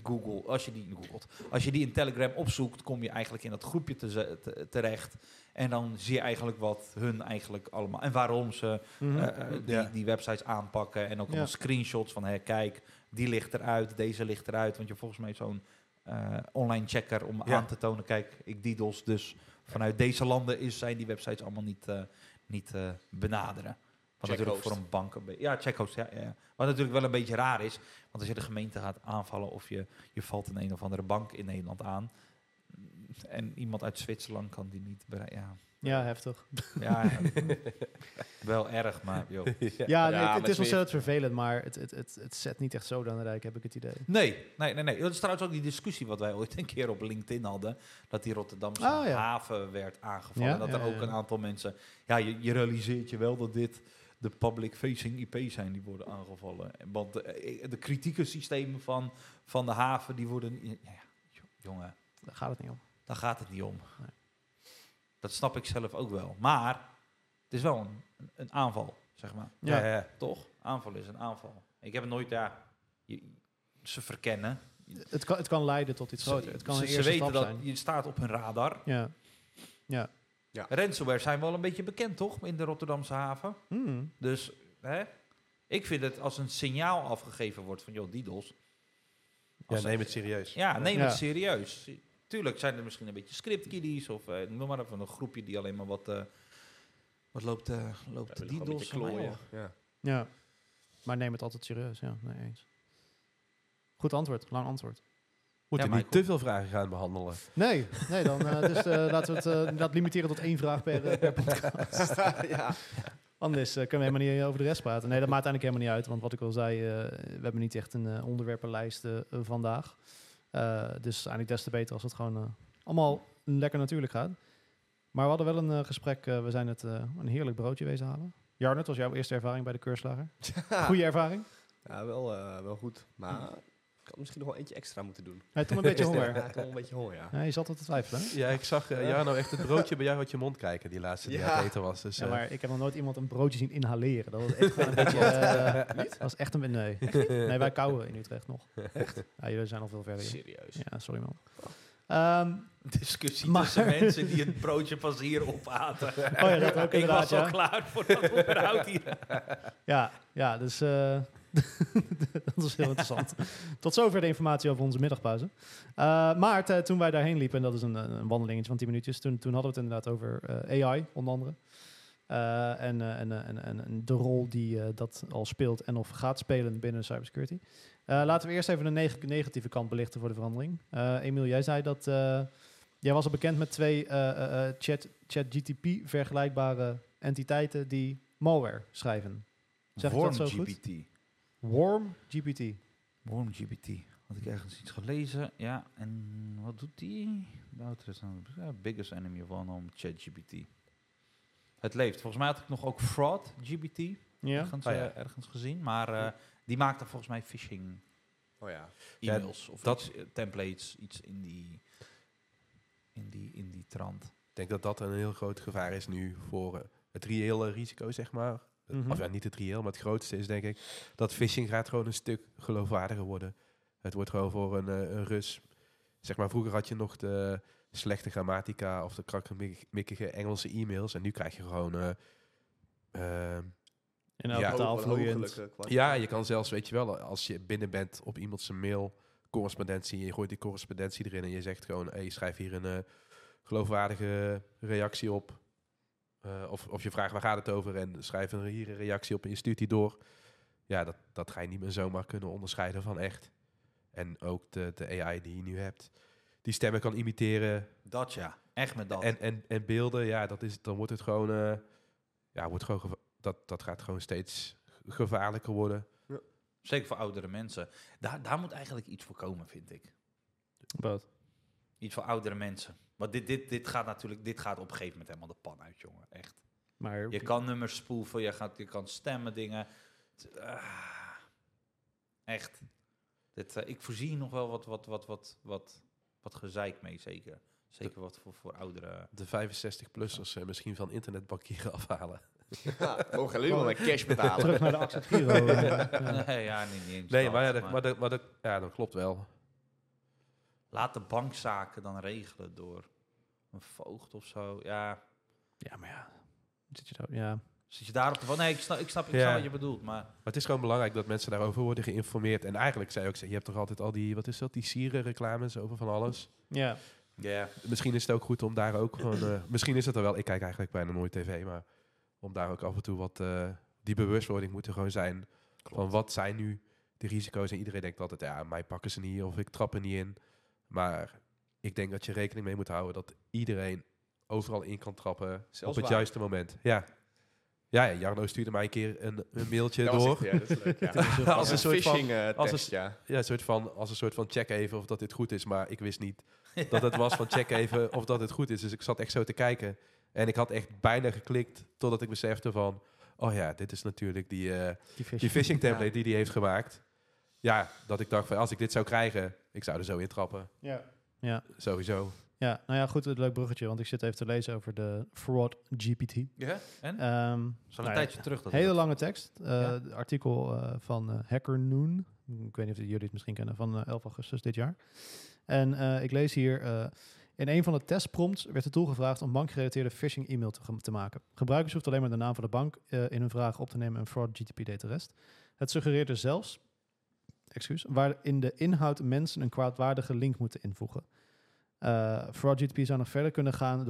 die in Telegram opzoekt, kom je eigenlijk in dat groepje terecht. En dan zie je eigenlijk wat hun eigenlijk allemaal... En waarom ze Mhm. die websites aanpakken. En ook allemaal screenshots van, kijk, die ligt eruit, deze ligt eruit. Want je hebt volgens mij zo'n online checker om aan te tonen, kijk, ik DDoS. Dus vanuit deze landen zijn die websites allemaal niet benaderen. Wat natuurlijk voor een bank... Checkhost, ja. Wat natuurlijk wel een beetje raar is. Want als je de gemeente gaat aanvallen of je valt een of andere bank in Nederland aan... En iemand uit Zwitserland kan die niet bereiken. Ja, heftig. Ja, wel erg, maar joh. Ja, nee, Ja, het met is ontzettend vervelend, maar het zet niet echt zo aan de rijk, heb ik het idee. Nee. Dat is trouwens ook die discussie wat wij ooit een keer op LinkedIn hadden. Dat die Rotterdamse haven werd aangevallen. Ja, dat er ook een aantal mensen... Ja, je realiseert je wel dat dit de public-facing IP's zijn die worden aangevallen. Want de kritieke systemen van de haven, die worden... Jongen, Daar gaat het niet om. daar gaat het niet om. Nee. Dat snap ik zelf ook wel. Maar het is wel een aanval, zeg maar. Ja. Toch? Aanval is een aanval. Ik heb het nooit, ze verkennen. Het kan leiden tot iets groter. Het kan een ze eerste weten stap dat zijn. je staat op hun radar. Ja. Ransomware zijn wel een beetje bekend, toch? In de Rotterdamse haven. Hmm. Dus ik vind het als een signaal afgegeven wordt van, joh, DDoS. Ja, neem het serieus. Ja, neem Ja. het serieus. Tuurlijk zijn er misschien een beetje scriptkiddies of noem maar even een groepje die alleen maar wat Wat loopt die DDoS van mij klooien. al? Ja. Ja. Maar neem het altijd serieus. Ja, nee eens. Goed antwoord. Lang antwoord. Moeten Ja, niet Michael. te veel vragen gaan behandelen. Nee, dan laten we het dat limiteren tot 1 vraag per podcast. Ja. Anders kunnen we helemaal niet over de rest praten. Nee, dat maakt eigenlijk helemaal niet uit. Want wat ik al zei, we hebben niet echt een onderwerpenlijst vandaag. Dus eigenlijk des te beter als het gewoon allemaal lekker natuurlijk gaat. Maar we hadden wel een gesprek. We zijn het een heerlijk broodje wezen halen. Jarno, het was jouw eerste ervaring bij de keurslager. Goeie ervaring? Ja, wel goed. Maar ik had misschien nog wel eentje extra moeten doen. Hij had toch een beetje honger. Ja, ik had wel een beetje honger, ja. Ja, je zat wat te twijfelen. Hè? Ja, ik zag Jarno echt het broodje bij jou uit je mond kijken die laatste die Ja. aan het eten was. Dus, Ja, maar ik heb nog nooit iemand een broodje zien inhaleren. Dat was echt gewoon een beetje... dat was echt een... Nee. Nee, wij kauwen in Utrecht nog. Echt? Ja, jullie zijn al veel verder. Serieus. Ja, sorry man. Discussie Maar- tussen mensen die het broodje pas hier opaten. Oh ja, dat ook Ik inderdaad, was al ja. klaar voor dat onderhoud hier. Ja, dus dat was heel interessant. Tot zover de informatie over onze middagpauze. Maar toen wij daarheen liepen, en dat is een wandelingetje van 10 minuutjes, toen hadden we het inderdaad over AI, onder andere. En de rol die dat al speelt en of gaat spelen binnen cybersecurity. Laten we eerst even de negatieve kant belichten voor de verandering. Emiel, jij zei dat jij was al bekend met 2 ChatGPT vergelijkbare entiteiten die malware schrijven. Zeg ik dat zo goed? GPT. WarmGPT. WarmGPT. Had ik ergens iets gelezen. Ja, en wat doet die? Biggest enemy of all ChatGPT. Het leeft. Volgens mij had ik nog ook FraudGPT Ja. ergens gezien. Maar die maakte volgens mij phishing Oh ja. e-mails of dat- iets, templates, iets in die trant. ik denk dat dat een heel groot gevaar is nu voor het reële risico, zeg maar. Mhm. Of ja, niet het reëel, maar het grootste is denk ik dat phishing gaat gewoon een stuk geloofwaardiger worden. Het wordt gewoon voor een Rus. Zeg maar, vroeger had je nog de slechte grammatica of de krakkemikkige Engelse e-mails. En nu krijg je gewoon... In elke Ja. taal vloeiend. ja, je kan zelfs, weet je wel, als je binnen bent op iemand zijn mail, correspondentie, je gooit die correspondentie erin en je zegt gewoon, hey, schrijf hier een geloofwaardige reactie op. Of je vraagt waar gaat het over en schrijf hier een reactie op en je stuurt die door. Ja, dat ga je niet meer zomaar kunnen onderscheiden van echt. En ook de AI die je nu hebt, die stemmen kan imiteren. Dat ja, echt met dat. En beelden, ja, dan wordt het gewoon, dat gaat gewoon steeds gevaarlijker worden. Zeker voor oudere mensen. Daar moet eigenlijk iets voor komen, vind ik. Wat? Iets voor oudere mensen. Want dit gaat op een gegeven moment helemaal de pan uit, jongen. Echt. Maar Je kan nummers spoeven, je kan stemmen, dingen. Echt. Ik voorzie nog wel wat gezeik mee, zeker. Zeker wat voor ouderen. De 65-plussers misschien van internetbankieren afhalen. Ja, mogen alleen maar met cash betalen. terug naar de Accent Giro. Nee, ja, niet eens Nee, dat, maar dat klopt wel. Laat de bankzaken dan regelen door een voogd of zo. Ja, Ja, maar ja. Zit je daar? Ja. zit je daarop te... Nee, ik snap Ja. wat je bedoelt, maar... Maar het is gewoon belangrijk dat mensen daarover worden geïnformeerd. En eigenlijk zei je ook, je hebt toch altijd al die, wat is dat, die sieren-reclames over van alles. Ja. Ja. Misschien is het ook goed om daar ook gewoon... misschien is het er wel, ik kijk eigenlijk bijna nooit tv, maar om daar ook af en toe wat... die bewustwording moet er gewoon zijn. Van wat zijn nu de risico's? En iedereen denkt altijd, ja, mij pakken ze niet of ik trap er niet in. Maar ik denk dat je rekening mee moet houden dat iedereen overal in kan trappen Zelfs op het waar. juiste moment. Ja. Ja, Jarno stuurde mij een keer een mailtje Dat was door. echt- ja, dat is leuk, ja. Als een soort van- phishing als test, ja. Ja, als een soort van check even of dat dit goed is. Maar ik wist niet dat het was van check even of dat het goed is. Dus ik zat echt zo te kijken. En ik had echt bijna geklikt totdat ik besefte van... Oh ja, dit is natuurlijk die phishing template die hij heeft gemaakt. Ja, dat ik dacht van als ik dit zou krijgen, ik zou er zo in trappen. Ja. Ja. Sowieso. Ja, nou ja, goed, een leuk bruggetje, want ik zit even te lezen over de FraudGPT. Ja? En? Zo'n Nou ja, tijdje terug. Dat hele wordt. lange tekst. Artikel van Hacker Noon. Ik weet niet of jullie het misschien kennen, van 11 augustus dit jaar. En ik lees hier... in een van de testprompts werd de tool gevraagd om bankgerelateerde phishing e-mail te maken. Gebruikers hoeft alleen maar de naam van de bank in hun vraag op te nemen en FraudGPT deed de rest. Het suggereerde zelfs, waar in de inhoud mensen een kwaadwaardige link moeten invoegen. FraudGPT zou nog verder kunnen gaan door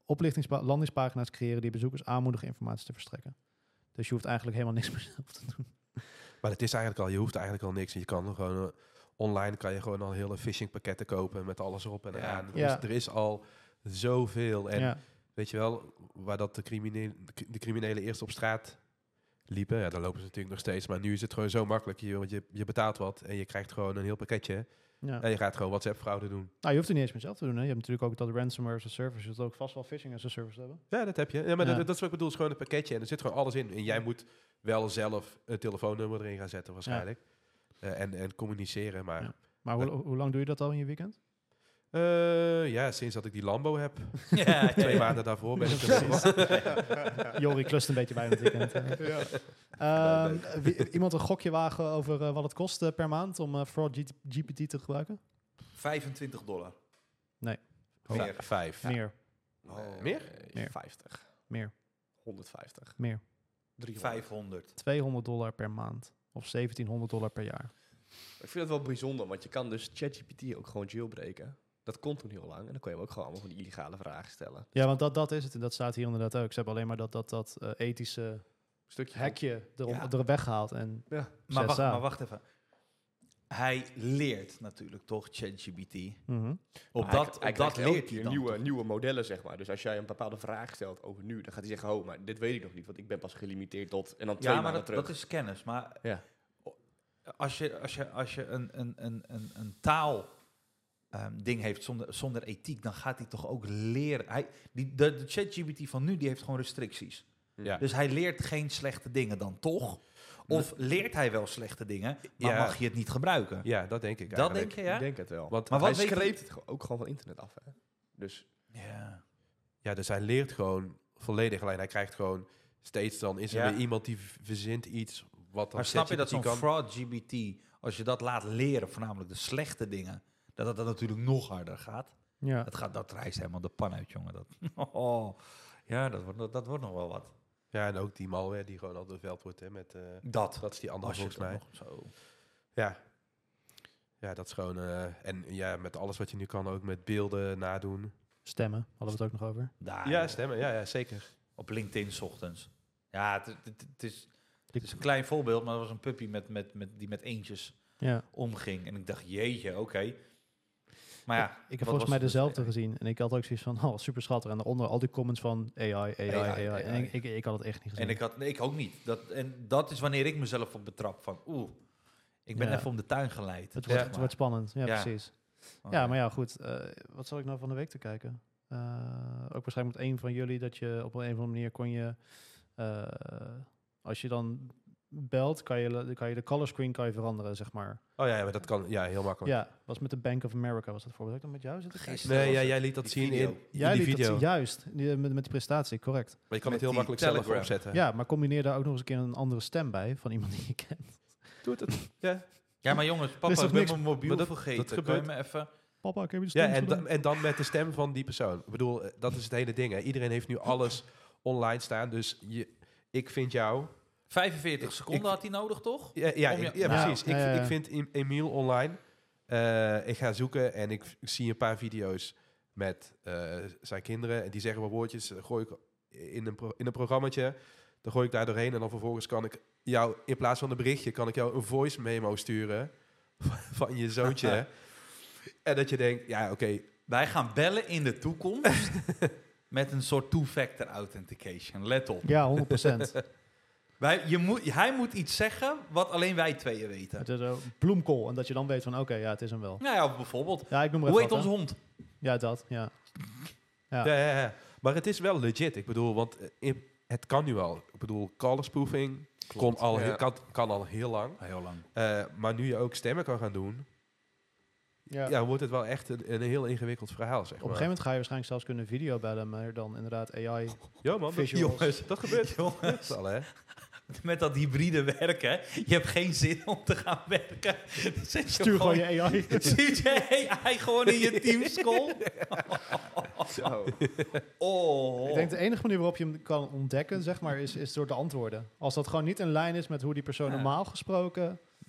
landingspagina's creëren die bezoekers aanmoedigen informatie te verstrekken. Dus je hoeft eigenlijk helemaal niks meer zelf te doen. Maar het is eigenlijk al, je hoeft eigenlijk al niks. Je kan gewoon online kan je gewoon al hele phishing pakketten kopen met alles erop en eraan. Ja. Er is al zoveel. En Ja. weet je wel, waar dat de criminelen eerst op straat liepen, ja, daar lopen ze natuurlijk nog steeds. Maar nu is het gewoon zo makkelijk. Je betaalt wat en je krijgt gewoon een heel pakketje. Ja. En je gaat gewoon WhatsApp-fraude doen. Nou, je hoeft het niet eens meer zelf te doen. Hè. Je hebt natuurlijk ook dat ransomware as a service. Je zult ook vast wel phishing as a service hebben. Ja, dat heb je. Ja, maar Ja. Dat is wat ik bedoel. Het is gewoon een pakketje en er zit gewoon alles in. En jij moet wel zelf een telefoonnummer erin gaan zetten waarschijnlijk. En communiceren. Maar Ja. Maar hoe lang doe je dat al in je weekend? sinds dat ik die Lambo heb. Ja, 2 maanden daarvoor ben ik er. Jori klust een beetje bij het weekend. Iemand een gokje wagen over wat het kost per maand om Fraud GPT te gebruiken? $25. Nee. Meer. 5. Meer. Meer? Meer. 50. Meer. 150. Meer. 500. $200 per maand. Of $1700 per jaar. Ik vind het wel bijzonder, want je kan dus ChatGPT ook gewoon jailbreken. Dat kon toen heel lang. En dan kon je hem ook gewoon allemaal van die illegale vragen stellen. Ja, want dat is het. En dat staat hier inderdaad ook. Ze hebben alleen maar dat ethische Stukje hekje Ja. er weggehaald. En Ja. Maar wacht even. Hij leert natuurlijk toch, ChatGPT. Mhm. Op Hij dat krijgt elke leert hij keer dan. nieuwe modellen, zeg maar. Dus als jij een bepaalde vraag stelt over nu, dan gaat hij zeggen, oh, maar dit weet ik nog niet, want ik ben pas gelimiteerd tot... En dan 2 Ja, maar maanden terug. dat is kennis. Maar Ja. als je een taal ding heeft zonder ethiek, dan gaat hij toch ook leren. De ChatGPT van nu, die heeft gewoon restricties. Ja. Dus hij leert geen slechte dingen dan toch? Of leert hij wel slechte dingen, maar Ja. mag je het niet gebruiken? Ja, dat denk ik Dat eigenlijk. denk je, ja? Ik denk het wel. Want Maar hij wat weet schreef het ook gewoon van internet af, hè. Dus Ja. Ja, dus hij leert gewoon volledig. Alleen hij krijgt gewoon steeds dan is er Ja. weer iemand die verzint iets wat dan Maar snap je dat zo'n ChatGPT kan. fraud GBT, als je dat laat leren, voornamelijk de slechte dingen, dat natuurlijk nog harder gaat? Ja. Dat reist helemaal de pan uit, jongen. Ja, dat wordt nog wel wat. Ja, en ook die malware die gewoon al beveld wordt hè, met Dat dat is die andere als je volgens mij. het nog zo... Ja. Ja, dat is gewoon en ja, met alles wat je nu kan ook met beelden nadoen. Stemmen, hadden we het ook nog over. Daar, Ja, stemmen. Ja, zeker. op LinkedIn 's ochtends. Ja, het is een klein voorbeeld, maar er was een puppy die met eentjes Ja. omging. En ik dacht, jeetje, oké. Maar ja, Ik heb wat volgens mij was het? dezelfde gezien. En ik had ook zoiets van, oh, super schattig. En daaronder al die comments van AI. En ik had het echt niet gezien. En ik ook niet. Dat is wanneer ik mezelf op betrap van, ik ben Ja. even om de tuin geleid. Het zeg wordt maar. spannend. Ja, Ja. precies. Oké. Ja, maar ja, goed. Wat zal ik nou van de week te kijken? Ook waarschijnlijk met een van jullie dat je op een of andere manier kon je... als je dan belt, kan je de color screen veranderen, zeg maar. Oh ja, maar dat kan heel makkelijk. Ja, was met de Bank of America, was dat voorbeeld. Heb ik dan met jou zitten kijken? Gisteren Nee, was ja, het jij liet dat die zien video. in Jij die liet video. dat juist, met die prestatie, correct. Maar je kan Met het heel die makkelijk zelf Telegram. opzetten. Ja, maar combineer daar ook nog eens een keer een andere stem bij van iemand die je kent. Doet het. Ja. Ja, maar jongens, papa, toch ik ben niks- mijn mobiel maar dat vergeten. gebeurt. Kan je me even... Papa, ik heb je de Ja, stem en, gedaan. en dan met de stem van die persoon. Ik bedoel, dat is het hele ding. Hè. Iedereen heeft nu alles online staan. Dus ik vind jou... 45 seconden had hij nodig, toch? Ja, Om je- precies. Ja, Ik vind Emiel online. Ik ga zoeken en ik zie een paar video's met zijn kinderen. En die zeggen wel woordjes. Gooi ik in een programmaatje. Dan gooi ik daar doorheen. En dan vervolgens kan ik jou, in plaats van een berichtje, kan ik jou een voice memo sturen van je zoontje. En dat je denkt, ja, oké. Wij gaan bellen in de toekomst met een soort two-factor authentication. Let op. Ja, 100%. Hij moet iets zeggen wat alleen wij tweeën weten. Het is een bloemkool. En dat je dan weet van, oké, ja, het is hem wel. Nou ja, of bijvoorbeeld, Ja, ik noem maar hoe even heet wat, onze hè. hond? Ja, dat, ja. Ja. Ja. Maar het is wel legit. Ik bedoel, want het kan nu al. Ik bedoel, caller spoofing kan al heel lang. Heel lang. Maar nu je ook stemmen kan gaan doen, Ja. wordt het wel echt een heel ingewikkeld verhaal, zeg Op een gegeven moment ga je waarschijnlijk zelfs kunnen videobellen, maar dan inderdaad AI. Ja man, Visuals. dat gebeurt. Jongens, Dat is al, hè? met dat hybride werken, je hebt geen zin om te gaan werken. Dan zet je Stuur gewoon je AI. Stuur je AI gewoon in je Teams-call. Zo. Oh. Ik denk de enige manier waarop je hem kan ontdekken, zeg maar, is door de antwoorden. Als dat gewoon niet in lijn is met hoe die persoon Ja. normaal gesproken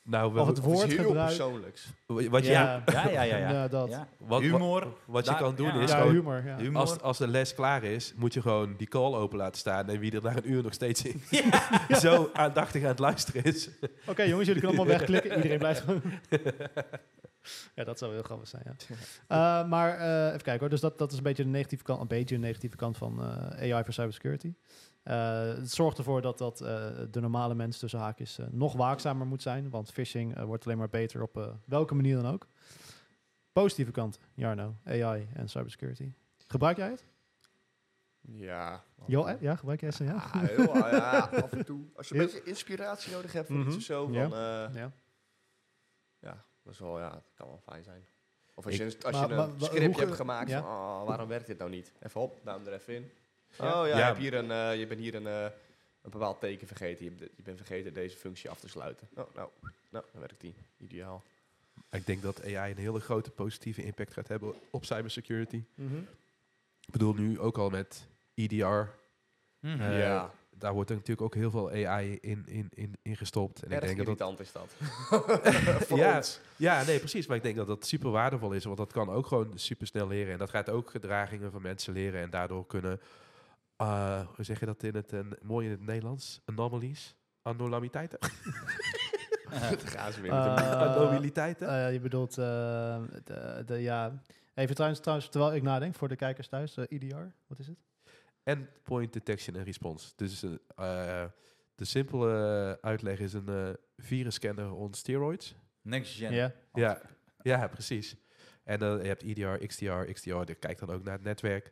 Nou, Of het Of iets woord heel gebruik. persoonlijks. wat je, Ja. Ja, dat. Ja. wat, Humor. wat je Daar- kan doen ja. is Ja, gewoon, humor. Ja. Humor. als de les klaar is, moet je gewoon die call open laten staan. En wie er na een uur nog steeds zo aandachtig aan het luisteren is. Oké, jongens, jullie kunnen allemaal wegklikken. Iedereen blijft gewoon... Ja, dat zou heel grappig zijn, ja. Maar even kijken hoor. Dus dat is een beetje de negatieve kant van AI voor cybersecurity. Het zorgt ervoor dat de normale mens tussen haakjes nog waakzamer moet zijn. Want phishing wordt alleen maar beter op welke manier dan ook. Positieve kant, Jarno, AI en cybersecurity. Gebruik jij het? Ja. Jo, ja, gebruik jij ze? Ja. Ja, af en toe. Als je een beetje inspiratie nodig hebt voor Mhm. iets of zo. Ja. Van, Ja. ja, dat is wel, ja, dat kan wel fijn zijn. Of als je een maar scriptje hoe hebt gemaakt ja. van, waarom werkt dit nou niet? Even op, duim er even in. Ja. Oh ja, Ja. je bent hier een bepaald teken vergeten. Je bent vergeten deze functie af te sluiten. Nou, dan werkt die. Ideaal. Ik denk dat AI een hele grote positieve impact gaat hebben op cybersecurity. Mhm. Ik bedoel nu ook al met EDR. Mhm. Ja. Daar wordt er natuurlijk ook heel veel AI in gestopt. En Erg ik denk dat irritant is dat. Voor ja, ons. ja, nee, precies. Maar ik denk dat dat super waardevol is. Want dat kan ook gewoon super snel leren. En dat gaat ook gedragingen van mensen leren. En daardoor kunnen, hoe zeg je dat mooi in het Nederlands? Anomalies? Anomaliteiten? Daar gaan ze weer. Anomaliteiten? Je bedoelt, ja... Even trouwens, terwijl ik nadenk, voor de kijkers thuis, EDR, wat is het? Endpoint detection en response. Dus de simpele uitleg is een virusscanner on steroids. Next gen. Ja. Ja, precies. En je hebt EDR, XDR, die kijkt dan ook naar het netwerk.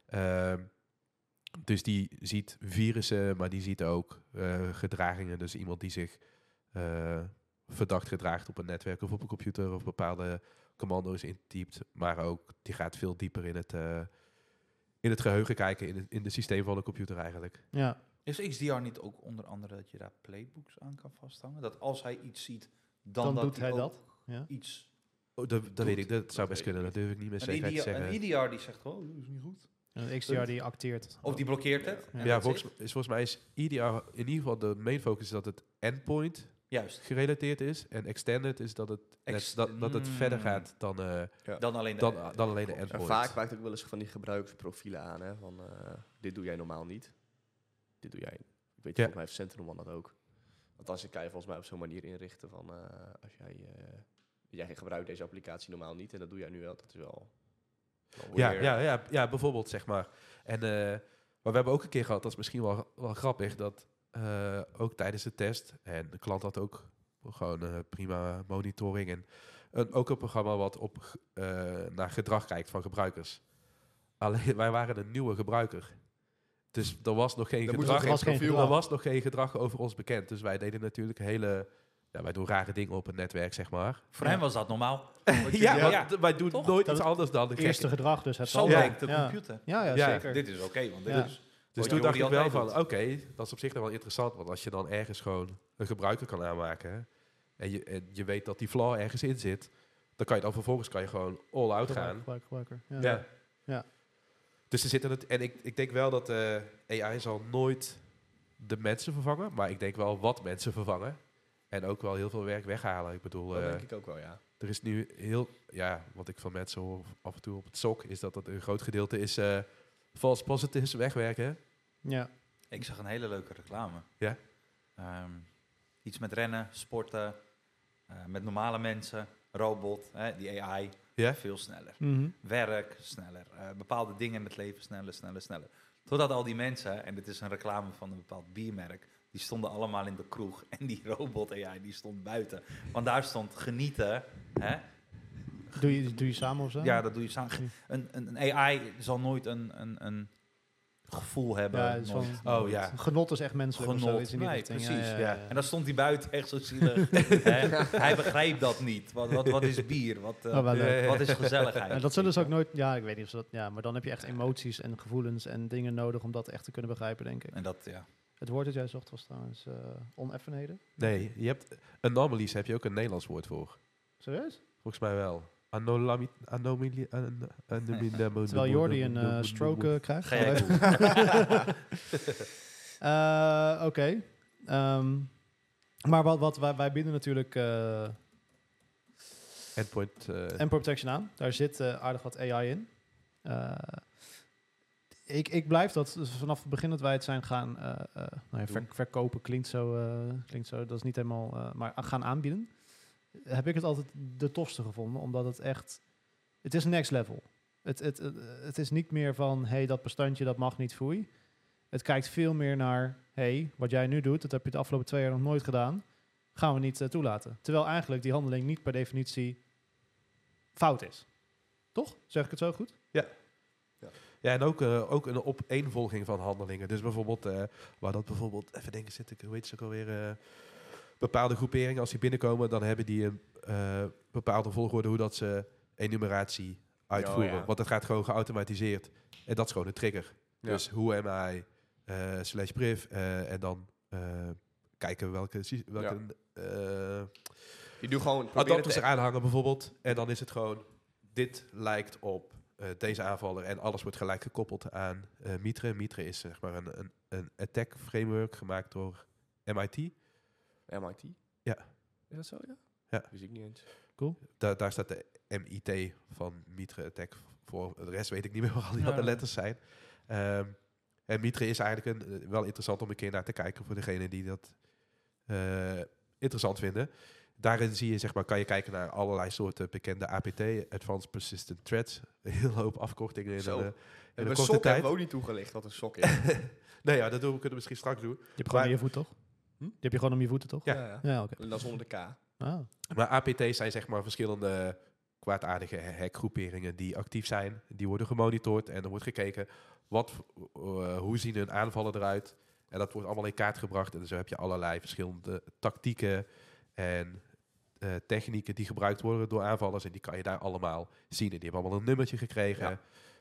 Dus die ziet virussen, maar die ziet ook gedragingen. Dus iemand die zich verdacht gedraagt op een netwerk of op een computer of bepaalde commando's intypt. Maar ook, die gaat veel dieper in het geheugen kijken, in het systeem van de computer eigenlijk. Ja. Is XDR niet ook onder andere dat je daar playbooks aan kan vasthangen? Dat als hij iets ziet, Dan dat doet hij ook dat. Ja. iets... Oh, dat weet ik, dat zou best kunnen. Dat durf ik niet meer Een zeker te zeggen. EDR die zegt, oh, dat is niet goed. Een XDR die acteert. Of die blokkeert het. Ja. en Ja, that's it. volgens mij is EDR in ieder geval de main focus is dat het endpoint Juist. gerelateerd is. En extended is dat het, dat het verder gaat dan Dan alleen de... dan alleen de En endpoint. vaak maakt ook wel eens van die gebruikersprofielen aan. Hè, van, dit doe jij normaal niet. Dit doe jij. Ik weet, volgens mij heeft Sentinel dat ook. Althans, kan je volgens mij op zo'n manier inrichten van... als jij gebruikt deze applicatie normaal niet en dat doe jij nu wel. Dat is wel Ja, bijvoorbeeld, zeg maar. En maar we hebben ook een keer gehad, dat is misschien wel grappig, dat ook tijdens de test, en de klant had ook gewoon prima monitoring en ook een programma wat naar gedrag kijkt van gebruikers. Alleen, wij waren een nieuwe gebruiker. Dus er was nog geen gedrag. Er was nog geen gedrag over ons bekend. Dus wij deden natuurlijk wij doen rare dingen op het netwerk, zeg maar. Voor hem was dat normaal. Wij doen Toch? nooit Dat iets is anders dan Het eerste gedrag, dus het Zo zal werkt de ja. computer. Ja, Ja. zeker. Dit is oké, want dit Ja. is... Dus wat toen dacht Jordi ik wel altijd van, doet. oké, dat is op zich nog wel interessant. Want als je dan ergens gewoon een gebruiker kan aanmaken, hè, en je weet dat die flaw ergens in zit, dan kan je dan vervolgens gewoon all out gaan. Gebruiker. Ja. Ja. Ja. Dus er zitten en ik denk wel dat AI zal nooit de mensen vervangen, maar ik denk wel wat mensen vervangen. En ook wel heel veel werk weghalen. Ik bedoel, Dat denk ik ook wel, ja. er is nu wat ik van mensen hoor af en toe op het SOC, is dat een groot gedeelte is false positives wegwerken. Ja. Ik zag een hele leuke reclame. Ja? Iets met rennen, sporten, met normale mensen, robot, die AI, Ja? veel sneller. Mhm. Werk, sneller. Bepaalde dingen in het leven, sneller. Totdat al die mensen, en dit is een reclame van een bepaald biermerk, die stonden allemaal in de kroeg. En die robot AI, die stond buiten. Want daar stond genieten. Hè? Doe je samen of zo? Ja, dat doe je samen. Een AI zal nooit een gevoel hebben. Ja, het is nooit. van- Oh ja. Genot is echt menselijk. of Genot. zoiets in die Nee, richting. precies. ja. En dan stond hij buiten echt zo zielig. Hè? Hij begrijpt dat niet. Wat is bier? Wat wel leuk. wat is gezelligheid? En dat zullen ze ook nooit... Ja, ik weet niet of ze dat... Ja, maar dan heb je echt emoties en gevoelens en dingen nodig om dat echt te kunnen begrijpen, denk ik. En dat, ja. Het woord dat jij zocht was trouwens oneffenheden. Nee, je hebt anomalies heb je ook een Nederlands woord voor. Serieus? Volgens mij wel. Anomalie. Terwijl Jordi een stroke krijgt. Ga jij Oké. Maar wij bieden natuurlijk Endpoint. endpoint protection aan. Daar zit aardig wat AI in. Ik blijf dat dus vanaf het begin dat wij het zijn gaan verkopen klinkt zo, dat is niet helemaal, maar gaan aanbieden. Heb ik het altijd de tofste gevonden, omdat het echt, het is next level. Het is niet meer van, hey, dat bestandje dat mag niet, foei. Het kijkt veel meer naar, hey, wat jij nu doet, dat heb je de afgelopen 2 jaar nog nooit gedaan, gaan we niet toelaten. Terwijl eigenlijk die handeling niet per definitie fout is. Toch? Zeg ik het zo goed? Ja, en ook een opeenvolging van handelingen. Dus bijvoorbeeld, waar dat bijvoorbeeld, even denken, hoe heet ze ook alweer, bepaalde groeperingen, als die binnenkomen, dan hebben die een bepaalde volgorde hoe dat ze enumeratie uitvoeren. ja. Want dat gaat gewoon geautomatiseerd. En dat is gewoon een trigger. Ja. Dus hoe am I /priv en dan kijken welke Die doen gewoon... adapters eraan hangen bijvoorbeeld. En dan is het gewoon, dit lijkt op deze aanvaller en alles wordt gelijk gekoppeld aan Mitre. Mitre is zeg maar een attack framework gemaakt door MIT. MIT? Ja. Is dat zo, ja? Ja. Wist ik niet eens. Daar staat de MIT van Mitre Attack voor. De rest weet ik niet meer wat al die andere letters zijn. En Mitre is eigenlijk wel interessant om een keer naar te kijken voor degenen die dat interessant vinden. Daarin zie je, zeg maar, kan je kijken naar allerlei soorten bekende APT, Advanced Persistent Threats. Een hele hoop afkortingen in Zo. een En korte sok tijd. hebben we ook niet toegelicht wat een sok is. Nee, ja, dat kunnen we misschien straks doen. Je hebt gewoon Maar- aan je voet, toch? Die heb je gewoon om je voeten, toch? Ja. Ja, oké. En dan zonder de K. Ah. Maar APT's zijn zeg maar verschillende kwaadaardige hackgroeperingen die actief zijn. Die worden gemonitord en er wordt gekeken hoe zien hun aanvallen eruit. En dat wordt allemaal in kaart gebracht. En zo heb je allerlei verschillende tactieken en technieken die gebruikt worden door aanvallers. En die kan je daar allemaal zien. En die hebben allemaal een nummertje gekregen.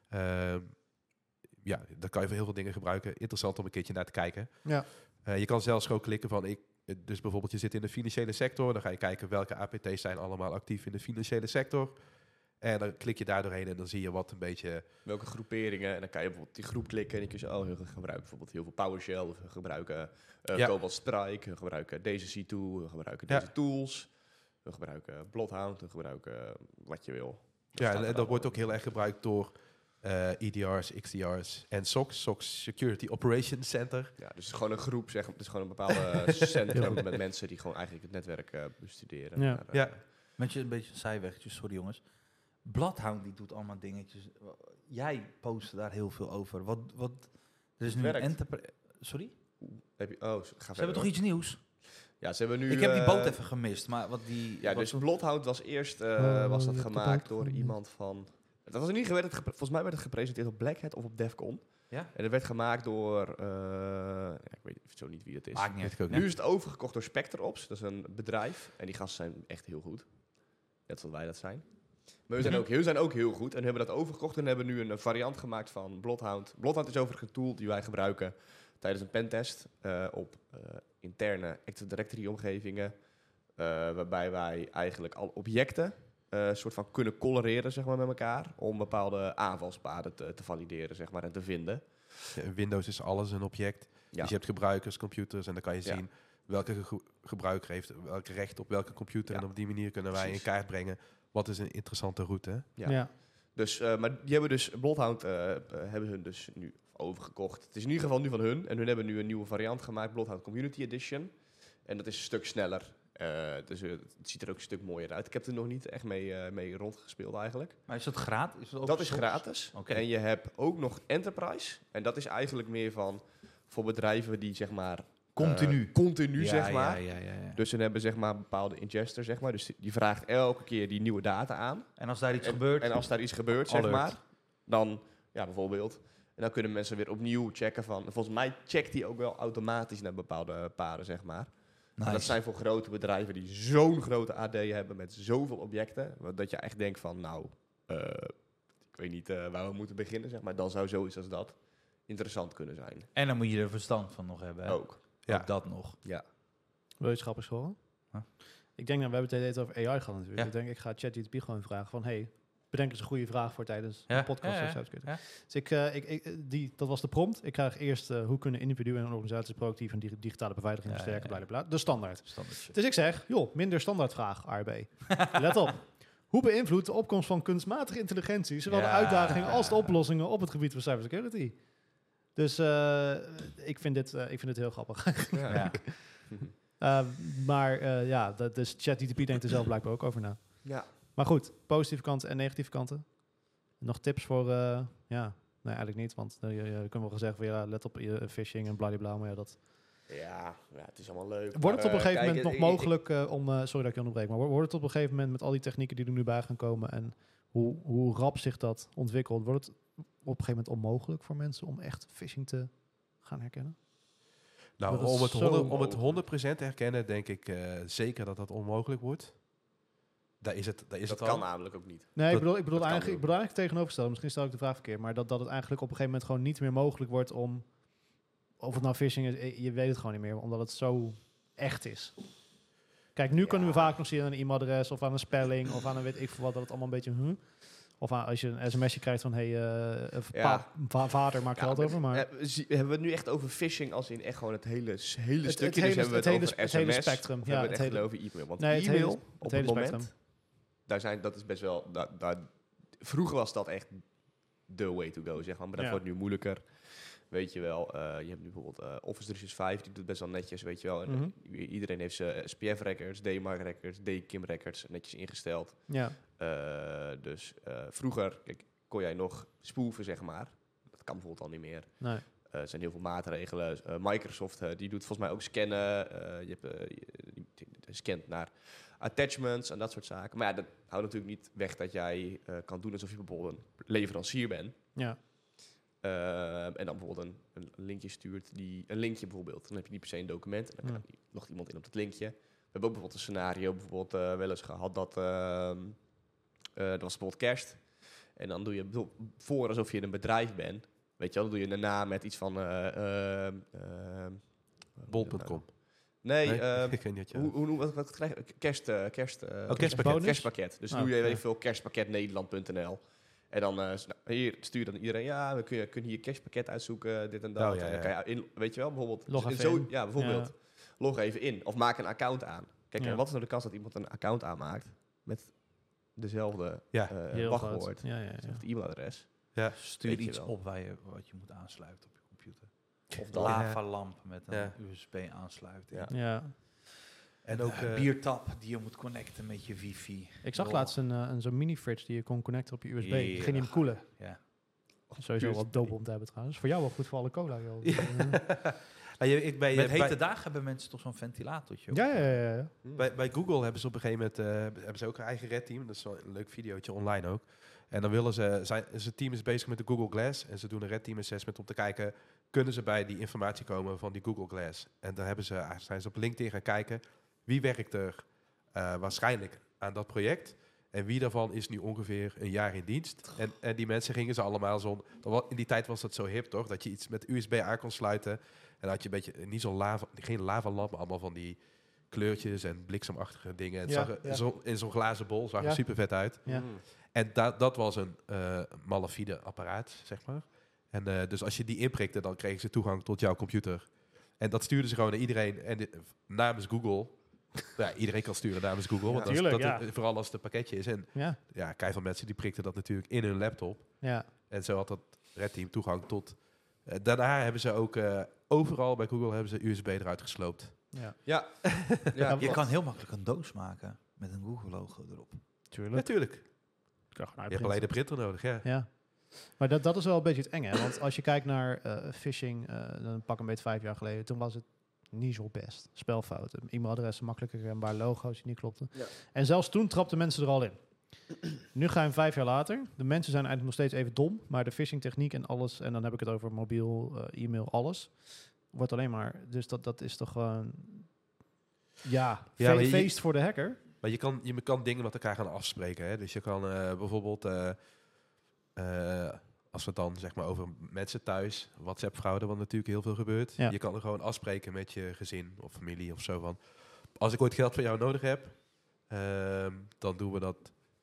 Ja, daar kan je voor heel veel dingen gebruiken. Interessant om een keertje naar te kijken. Ja. Je kan zelfs gewoon klikken van... Dus bijvoorbeeld je zit in de financiële sector. Dan ga je kijken welke APT's zijn allemaal actief in de financiële sector. En dan klik je daar doorheen en dan zie je wat een beetje... Welke groeperingen. En dan kan je bijvoorbeeld die groep klikken. En dan kun je zeggen, we gebruiken bijvoorbeeld heel veel PowerShell. We gebruiken Cobalt Strike. We gebruiken deze C2. We gebruiken deze tools. We gebruiken Bloodhound. We gebruiken wat je wil. En dat wordt ook heel erg gebruikt door EDR's, XDR's en SOCs. SOCs Security Operations Center. Ja, dus het is gewoon een groep, zeg. Het is gewoon een bepaalde centrum met mensen die gewoon eigenlijk het netwerk bestuderen. Ja. Maar, Ja. Met een beetje zijwegjes, sorry jongens. Bloodhound die doet allemaal dingetjes. Jij postte daar heel veel over. Wat er is Het nu werkt. enterprise. Sorry? Heb je, ga Ze hebben toch iets nieuws? Ja, ze hebben nu... Ik heb die boot even gemist, maar wat die... Ja, wat dus voor- Bloodhound was eerst je was dat hebt de gemaakt boot door van- iemand van... Dat was niet gewerkt, volgens mij werd het gepresenteerd op Black Hat of op DEFCON. Ja? En het werd gemaakt door... ik weet zo niet wie dat is. Maakt niet Weet uit. ik ook Ja. Nu is het overgekocht door SpectreOps. Dat is een bedrijf. En die gasten zijn echt heel goed. Net zoals wij dat zijn. Maar hun zijn ook heel goed. En hebben dat overgekocht en hebben nu een variant gemaakt van Bloodhound. Bloodhound is overigens een tool die wij gebruiken tijdens een pentest op interne Active Directory omgevingen. Waarbij wij eigenlijk al objecten soort van kunnen coloreren, zeg maar, met elkaar. Om bepaalde aanvalspaden te valideren, zeg maar, en te vinden. Windows is alles een object. Ja. Dus je hebt gebruikers, computers en dan kan je Ja. zien welke gebruiker heeft welke recht op welke computer. Ja. En op die manier kunnen wij Precies. in kaart brengen wat is een interessante route. Ja. Ja. Dus, maar die hebben dus, Bloodhound hebben hun dus nu overgekocht. Het is in ieder geval nu van hun. En hun hebben nu een nieuwe variant gemaakt, Bloodhound Community Edition. En dat is een stuk sneller. Dus het ziet er ook een stuk mooier uit. Ik heb er nog niet echt mee rondgespeeld eigenlijk. Maar is dat gratis? Dat is gratis. Oké. En je hebt ook nog Enterprise. En dat is eigenlijk meer van voor bedrijven die zeg maar... Continu, Ja, zeg maar. Ja. Dus ze hebben zeg maar bepaalde ingester, zeg maar. Dus die vraagt elke keer die nieuwe data aan. En als daar iets En- gebeurt... En als daar iets gebeurt, zeg Alert. maar, dan, ja, bijvoorbeeld. En dan kunnen mensen weer opnieuw checken van... Volgens mij checkt hij ook wel automatisch naar bepaalde paden, zeg maar. Nice. Dat zijn voor grote bedrijven die zo'n grote AD hebben met zoveel objecten. Dat je echt denkt van, nou, ik weet niet waar we moeten beginnen, zeg maar. Dan zou zoiets als dat interessant kunnen zijn. En dan moet je er verstand van nog hebben. Hè? Ook. Ja. Ook dat nog. Ja. Wil je iets grappigs horen? Huh? Ik denk, we hebben het over AI gehad natuurlijk. Ja. Ik denk, ik ga ChatGPT gewoon vragen van, hey, bedenk eens een goede vraag voor tijdens Ja, een podcast ja, of ja, cybersecurity. ja. Dus dat was de prompt. Ik krijg eerst hoe kunnen individuen en organisaties proactief en digitale beveiliging Ja, versterken, ja, bla bla bla. De standaard. Standaardje. Dus ik zeg, joh, minder standaardvraag, ARB. Let op. Hoe beïnvloedt de opkomst van kunstmatige intelligentie zowel de Ja. uitdagingen als de oplossingen op het gebied van cybersecurity? Dus ik vind dit heel grappig. Ja. Maar dus ChatGPT denkt er zelf blijkbaar ook over na. Ja. Maar goed, positieve kanten en negatieve kanten. Nog tips voor, nee eigenlijk niet, want je kunt wel gezegd van ja, let op phishing en bladibla, maar ja, dat... Ja, het is allemaal leuk. Wordt het op een gegeven kijk, moment nog mogelijk om, sorry dat ik je onderbreek, maar wordt het op een gegeven moment met al die technieken die er nu bij gaan komen en hoe rap zich dat ontwikkelt, wordt het op een gegeven moment onmogelijk voor mensen om echt phishing te gaan herkennen? Nou, Dat is om het zo 100% te herkennen, denk ik zeker dat dat onmogelijk wordt. Daar is het dat al. kan namelijk ook niet. Nee, Dat- ik bedoel kan eigenlijk tegenovergesteld. Misschien stel ik de vraag verkeerd, maar dat het eigenlijk op een gegeven moment gewoon niet meer mogelijk wordt om, of het nou phishing is, je weet het gewoon niet meer, omdat het zo echt is. Kijk, nu kunnen we vaak nog zien aan een e-mailadres of aan een spelling of aan een weet ik veel wat, dat het allemaal een beetje... Of als je een sms'je krijgt van, hey, vader, maak geld over, maar... Hebben we het nu echt over phishing als in echt gewoon het hele stukje? hele- Dus hebben we het over het hele SMS, spectrum, of ja, hebben we het het echt over e-mail? Want Nee, het e-mail hele- op hele het moment, spectrum. dat is best wel... Vroeger was dat echt the way to go, zeg maar. Maar dat Ja. wordt nu moeilijker. Weet je wel, je hebt nu bijvoorbeeld Office 365, die doet best wel netjes, weet je wel. En, Mhm. iedereen heeft zijn SPF-records, DMARC-records, DKIM-records netjes ingesteld. Ja, Dus vroeger kon jij nog spoeven, zeg maar. Dat kan bijvoorbeeld al niet meer. nee. Er zijn heel veel maatregelen. Microsoft die doet volgens mij ook scannen. Je scant naar attachments en dat soort zaken. Maar ja, dat houdt natuurlijk niet weg dat jij kan doen alsof je bijvoorbeeld een leverancier bent. Ja, En dan bijvoorbeeld een linkje stuurt. Een linkje bijvoorbeeld. Dan heb je niet per se een document. En dan logt iemand in op dat linkje. We hebben ook bijvoorbeeld een scenario wel eens gehad dat... dat was bijvoorbeeld kerst. En dan doe je voor alsof je een bedrijf bent. Weet je wel, dan doe je daarna met iets van... Bol.com. Nee, Ik weet niet wat krijg je? kerstpakket. bonus? Kerstpakket. Dus Oh, doe je ja. weet ik veel kerstpakketnederland.nl. En dan stuur dan iedereen, ja, we kunnen hier kerstpakket uitzoeken, dit en dat. Oh, ja, En dan ja. kan je weet je wel, bijvoorbeeld... Log en even in. Ja, bijvoorbeeld. Log even in. Of maak een account aan. Kijk, Ja. en wat is nou de kans dat iemand een account aanmaakt met dezelfde Ja. heel wachtwoord, groot. Ja. hetzelfde e-mailadres? Stuur Weet je iets wel. op wat je moet aansluiten op je computer. Of De dan... lavalamp met een Ja. USB-aansluiting. Ja. Ja. En ook biertap die je moet connecten met je wifi. Ik zag Oh. laatst zo'n mini-fridge die je kon connecten op je USB. Die Heerlijk. ging niet koelen. Ja. Sowieso USB. wat dope om te hebben trouwens. Voor jou wel goed voor alle cola, joh. ik bij, Met bij- hete dagen hebben mensen toch zo'n ventilatortje? ja. bij Google hebben ze op een gegeven moment hebben ze ook een eigen red team. Dat is wel een leuk videootje online ook. En dan willen zijn team is bezig met de Google Glass. En ze doen een red team assessment om te kijken, kunnen ze bij die informatie komen van die Google Glass. En dan zijn ze op LinkedIn gaan kijken, wie werkt er waarschijnlijk aan dat project. En wie daarvan is nu ongeveer een jaar in dienst. En die mensen gingen ze allemaal in die tijd was dat zo hip, toch? Dat je iets met USB aan kon sluiten. En dan had je een beetje, niet zo'n geen lavalamp, maar allemaal van die kleurtjes en bliksemachtige dingen. Het Ja, zag er, ja. in zo'n glazen bol, zag er Ja. super vet uit. Ja. En dat was een malafide apparaat, zeg maar. En dus als je die inprikte, dan kregen ze toegang tot jouw computer. En dat stuurden ze gewoon naar iedereen. En namens Google. Ja, iedereen kan sturen namens Google. Want tuurlijk, vooral als het een pakketje is. En Ja. kei van mensen die prikten dat natuurlijk in hun laptop. Ja. En zo had dat Red Team toegang tot... daarna hebben ze ook overal bij Google hebben ze USB eruit gesloopt. Ja. Ja. Ja, Je kan heel makkelijk een doos maken met een Google-logo erop. Tuurlijk. Natuurlijk. Je kan gewoon Je hebt alleen de printer nodig, ja. Ja. Maar dat is wel een beetje het enge. Hè? Want als je kijkt naar phishing, dan pak een beetje 5 jaar geleden. Toen was het niet zo best. Spelfouten, e-mailadressen, makkelijker herkenbaar, logo's die niet klopten. Ja. En zelfs toen trapten mensen er al in. Nu gaan we 5 jaar later. De mensen zijn eigenlijk nog steeds even dom. Maar de phishing techniek en alles, en dan heb ik het over mobiel, e-mail, alles, wordt alleen maar... Dus dat is toch gewoon... Ja, maar feest voor de hacker. Maar je kan dingen met elkaar gaan afspreken. Hè? Dus je kan bijvoorbeeld, als we het dan zeg maar over mensen thuis, WhatsApp-fraude, wat natuurlijk heel veel gebeurt. Ja. Je kan er gewoon afspreken met je gezin of familie of zo van. Als ik ooit geld van jou nodig heb, dan doen we dat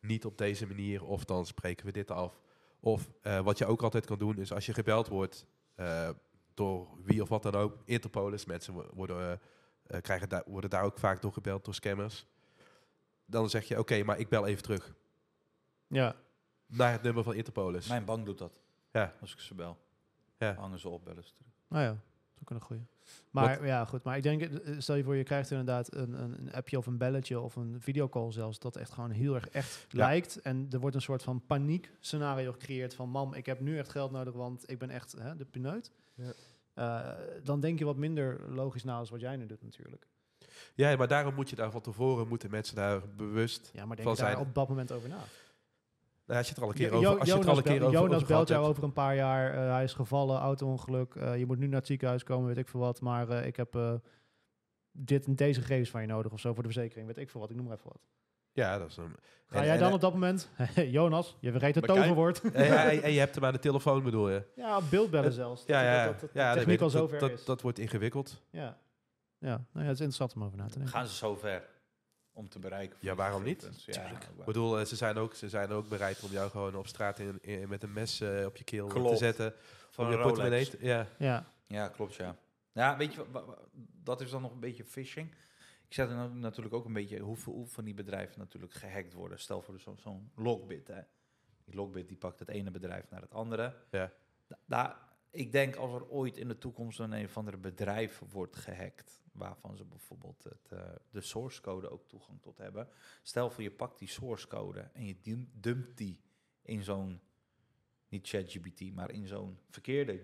niet op deze manier, of dan spreken we dit af. Of wat je ook altijd kan doen, is als je gebeld wordt door wie of wat dan ook, Interpol is, mensen worden daar ook vaak door gebeld door scammers. Dan zeg je, oké, maar ik bel even terug. Ja. Naar het nummer van Interpolis. Mijn bank doet dat. Ja. Als ik ze bel. Ja. Hangen ze op, bellen ze terug. Nou ja, dat is ook een goeie. Maar ja, goed. Maar ik denk, stel je voor, je krijgt inderdaad een appje of een belletje of een videocall zelfs, dat echt gewoon heel erg echt lijkt. En er wordt een soort van paniek scenario gecreëerd van, mam, ik heb nu echt geld nodig, want ik ben echt de pineut. Ja. Dan denk je wat minder logisch na als wat jij nu doet natuurlijk. Ja, maar daarom moet je daar van tevoren, moeten mensen daar bewust Ja, maar denk van je daar zijn. op dat moment over na? Nou, als je het er al een keer over Jonas belt gehad jou hebt. over een paar jaar. Hij is gevallen, auto-ongeluk. Je moet nu naar het ziekenhuis komen, weet ik veel wat. Maar ik heb dit en deze gegevens van je nodig of zo voor de verzekering. Weet ik veel wat, ik noem maar even wat. Ja, dat is een... Ga jij dan op dat moment... Jonas, je vergeet het toverwoord. en je hebt hem aan de telefoon, bedoel je? Ja, op beeld bellen zelfs. Ja, dat techniek al zover is. Dat wordt ingewikkeld. Ja, nou ja, het is interessant om over na te denken. Gaan ze zo ver om te bereiken? Ja, waarom niet? Ja, Ik bedoel, ze zijn ook bereid om jou gewoon op straat met een mes op je keel Klopt. te zetten. Van om een je portemonnee Rolex. Ja. Ja, klopt, ja. Ja, weet je, dat is dan nog een beetje phishing. Ik zet er natuurlijk ook een beetje hoeveel van die bedrijven natuurlijk gehackt worden. Stel voor zo'n Lockbit, hè. Die Lockbit die pakt het ene bedrijf naar het andere. Ja. Ik denk als er ooit in de toekomst een of andere bedrijf wordt gehackt, waarvan ze bijvoorbeeld de source code ook toegang tot hebben. Stel voor je pakt die source code en je dumpt die in zo'n, niet ChatGPT, maar in zo'n verkeerde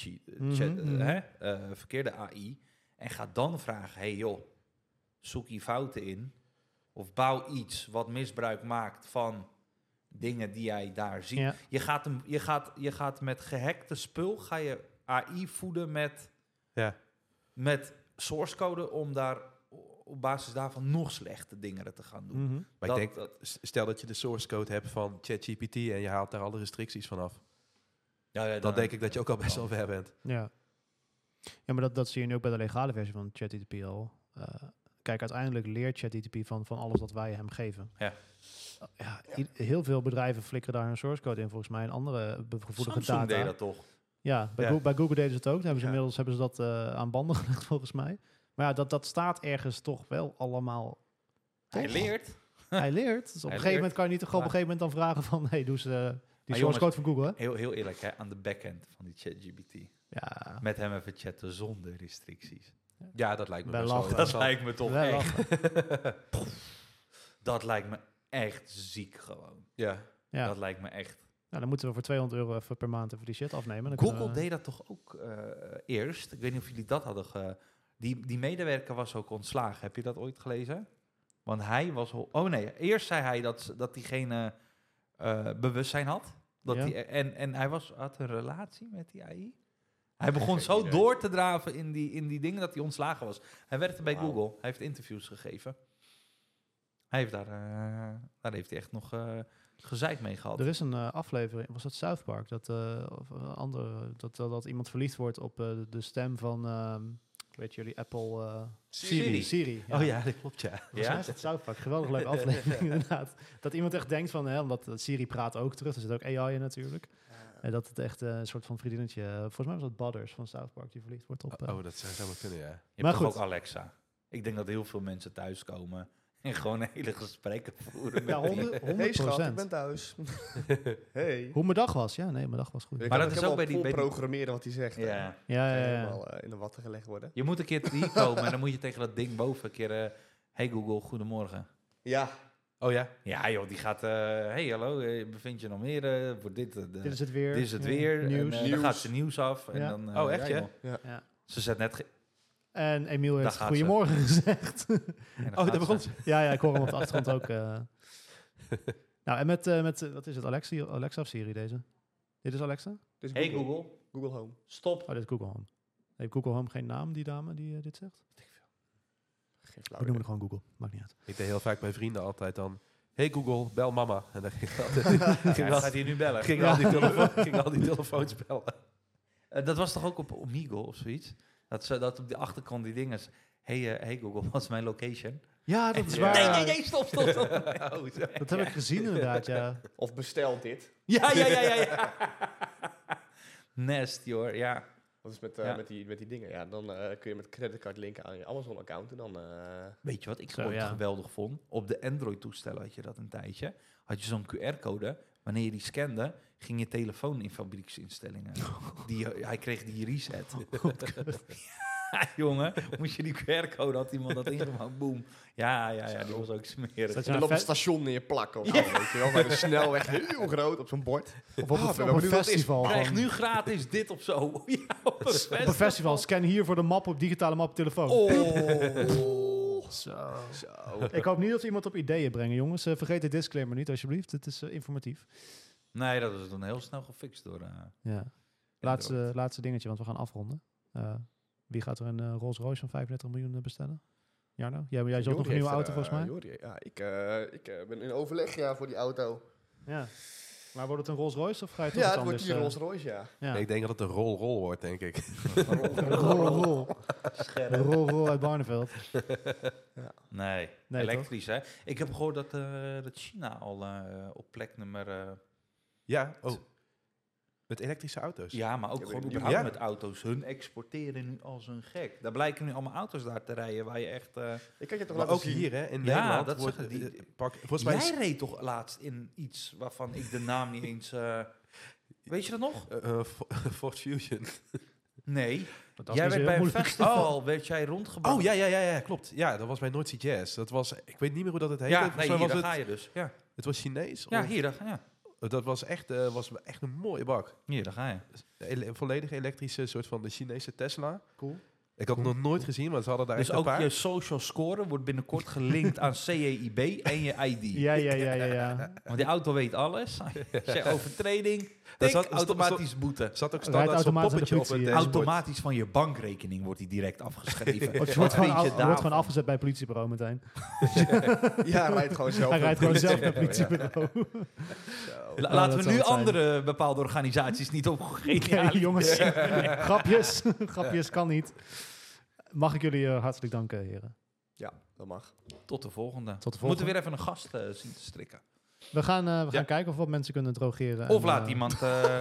verkeerde AI. En ga dan vragen, hey joh, zoek je fouten in. Of bouw iets wat misbruik maakt van dingen die jij daar ziet. Ja. Je gaat met gehackte spul, ga je AI voeden met source code om daar op basis daarvan nog slechte dingen te gaan doen. Mhm. Maar ik denk, stel dat je de source code hebt van ChatGPT en je haalt daar alle restricties vanaf. Dan denk ik dat je ook al best wel ver bent. Ja, maar dat zie je nu ook bij de legale versie van ChatGPT al. Kijk, uiteindelijk leert ChatGPT van alles wat wij hem geven. Ja. Heel veel bedrijven flikkeren daar hun source code in, volgens mij, en andere gevoelige Samsung data. deed dat toch? Ja, bij Google deden ze het ook. Inmiddels hebben ze dat aan banden gelegd, volgens mij. Maar ja, dat staat ergens toch wel allemaal. Hij toch? leert. Hij leert. Dus op een gegeven moment kan je niet toch op een gegeven moment dan vragen van, hey, doe ze die source code van Google, hè? Heel eerlijk, hè, aan de backend van die ChatGPT. Ja. Met hem even chatten zonder restricties. Ja, dat lijkt me Wij best lachen. wel. Dat lijkt me toch Wij echt. lachen. Dat lijkt me echt ziek gewoon. Ja. Ja. Dat lijkt me echt. Nou, dan moeten we voor €200 even per maand even die shit afnemen. Dan Google kunnen we- deed dat toch ook eerst? Ik weet niet of jullie dat hadden Die medewerker was ook ontslagen. Heb je dat ooit gelezen? Want hij was... Eerst zei hij dat diegene bewustzijn had. Dat Ja. En hij had een relatie met die AI. Hij begon Geen zo idee. door te draven in die dingen dat hij ontslagen was. Hij werkte bij Wauw. Google. Hij heeft interviews gegeven. Hij heeft daar heeft hij echt nog gezeik mee gehad. Er is een aflevering, was dat South Park, dat iemand verliefd wordt op de stem van, weet jullie, Apple... Siri. Oh ja, dat klopt, ja. Ja, is het South Park. Geweldig leuke aflevering, inderdaad. Dat iemand echt denkt van, omdat Siri praat ook terug, er zit ook AI in natuurlijk. En dat het echt een soort van vriendinnetje, volgens mij was dat Butters van South Park, die verliefd wordt op... Dat zou maar kunnen, ja. Je hebt Maar toch goed. ook Alexa. Ik denk dat heel veel mensen thuiskomen en gewoon hele gesprekken voeren. Ja, met die. 100%. Hey schat, ik ben thuis. Hey. Hoe mijn dag was? Ja, nee, mijn dag was goed. Ik Maar kan dat ook is ook helemaal bij die- programmeren wat hij zegt. hè. Ja. Ja. Helemaal in de watten gelegd worden. Je moet een keer hier komen en dan moet je tegen dat ding boven een keer... hey Google, goedemorgen. Ja. Oh ja? Ja joh, die gaat... hey hallo, bevind je nog meer voor dit? Dit is het weer. Dit is het Ja, weer. Nieuws. En, dan gaat ze nieuws af. En Ja. dan, Oh, echt, ja? joh. Ja. Ze zet net... En Emiel heeft gaat goedemorgen gezegd. en dan Oh, gaat dat ze- begon. Ja, ik hoor hem op de achtergrond ook. Nou, en met wat is het? Alexa of Siri deze? Dit is Alexa? Dus Hey Google, Google Home. stop. Oh, dit is Google Home. Heeft Google Home geen naam, die dame die dit zegt? Geen We flauw noemen idee. het gewoon Google. Maakt niet uit. Ik deed heel vaak bij vrienden altijd dan... Hey Google, bel mama. En dan ging Ja, gaat hij nu bellen? ging al die telefoons bellen. Dat was toch ook op Omegle of zoiets? Dat op de achterkant die dingen... Hey Google, wat is mijn location? Ja, dat is Nee, waar. nee, stop. Oh, zo. Dat heb ik gezien inderdaad, ja. Of bestel dit. Ja. Nest, hoor, ja. Dat is met, Ja. met die dingen. Ja, dan kun je met creditcard linken aan je Amazon-account. En dan... Weet je wat ik Zo, gewoon ja. geweldig vond? Op de Android-toestellen had je dat een tijdje. Had je zo'n QR-code. Wanneer je die scande, ging je telefoon in fabrieksinstellingen. Hij kreeg die reset. Ja, jongen, moest je die QR-code, had iemand dat ingemaakt, boom. Ja, die was ook smerig. Zat je en nou op een vet- station neer plakken. Of zo, weet je wel. Bij de snelweg heel groot op zo'n bord. Of op Ah, een, ben op een benieuwd wat het is. festival. Krijg van- nu gratis dit of zo. Ja, op op een festival. Scan hier voor de map op digitale map op telefoon. Oh. Zo. Zo. Ik hoop niet dat we iemand op ideeën brengen, jongens. Vergeet de disclaimer niet, alsjeblieft. Het is informatief. Nee, dat is dan heel snel gefixt door... Ja. Laatste dingetje, want we gaan afronden. Wie gaat er een Rolls Royce van 35 miljoen bestellen? Jarno? Jij zocht nog een nieuwe auto volgens mij? Jordi, ja, ik ben in overleg voor die auto. Ja. Maar wordt het een Rolls Royce of ga je toch Ja, iets het wordt anders? die Rolls Royce, ja. Ja. Ik denk dat het een rol wordt, denk ik. Rol. Rol uit Barneveld. Nee, Nee, elektrisch, hè? Ik heb gehoord dat China al op plek nummer... Ja, met elektrische auto's. ja, maar ook Ja, gewoon maar- überhaupt Ja. met auto's. Hun exporteren nu als een gek. Daar blijken nu allemaal auto's daar te rijden waar je echt... Ik kan je toch Maar laten ook zien. hier, hè, in Ja, Nederland. dat wordt, zeggen die- volgens mij Jij reed toch laatst in iets waarvan ik de naam niet eens... weet je dat nog? Ford Fusion. Nee. Dat is Jij niet werd zo bij heel een moeilijk. festival, werd jij rondgebracht. Oh, ja, klopt. Ja, dat was bij Noordse Jazz. Dat was, ik weet niet meer hoe dat het heette. Ja, Volgens nee, mij hier, was daar het, ga je dus. Ja, het was Chinees. ja of- hier, daar ga je. Dat was echt een mooie bak. Hier, daar ga je. Een volledig elektrische soort van de Chinese Tesla. Cool. Ik had het nog nooit gezien, maar ze hadden daar Dus echt een ook paar. je social score wordt binnenkort gelinkt aan CEIB en je ID. Ja. Want die auto weet alles. Zeg overtreding, Daar tik, zat- automatisch boete. Er zat ook Rijdt standaard zo'n automatisch aan de poppetje op het politie, dashboard. Automatisch van je bankrekening wordt die direct afgeschreven. Het Wat wordt vind je gewoon daarvan? afgezet bij het politiebureau meteen. Ja, hij rijdt gewoon zelf. Hij rijdt gewoon zelf naar het Ja. politiebureau. Zo. Laten dat we zal nu het zijn. andere bepaalde organisaties niet op Nee, jongens. Grapjes. Grapjes kan niet. Mag ik jullie hartelijk danken, heren. Ja, dat mag. Tot de volgende. Tot de We moeten volgende. weer even een gast zien te strikken. We gaan Ja. kijken of we wat mensen kunnen drogeren. Of en, laat iemand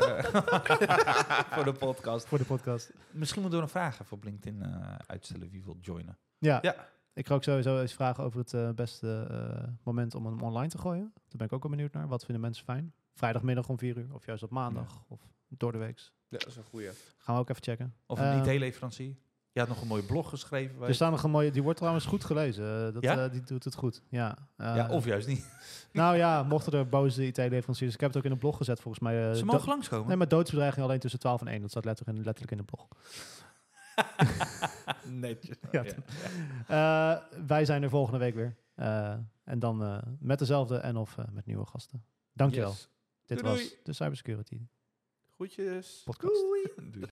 voor de podcast. voor de podcast. Misschien moeten we een vraag even op LinkedIn uitstellen wie wil joinen. Ja. Ja. Ik ga ook sowieso eens vragen over het beste moment om hem online te gooien. Daar ben ik ook wel benieuwd naar. Wat vinden mensen fijn? Vrijdagmiddag om 4 uur. Of juist op maandag. Of door de week. Ja, dat is een goeie. Gaan we ook even checken. Of een IT-leverancier. Je had nog een mooie blog geschreven. Er staan nog een mooie... Die wordt trouwens goed gelezen. Ja? Die doet het goed. Ja. ja, of juist niet. Nou ja, mochten er boze IT-leveranciers... Ik heb het ook in de blog gezet volgens mij. Ze mogen langskomen. Nee, maar doodsbedreiging alleen tussen 12 en 1. Dat staat letterlijk in de blog. Netjes. Ja, wij zijn er volgende week weer. En dan met dezelfde en of met nieuwe gasten. Dankjewel. Yes. Dit Doei, was de Cybersecurity Groetjes. podcast. Doei.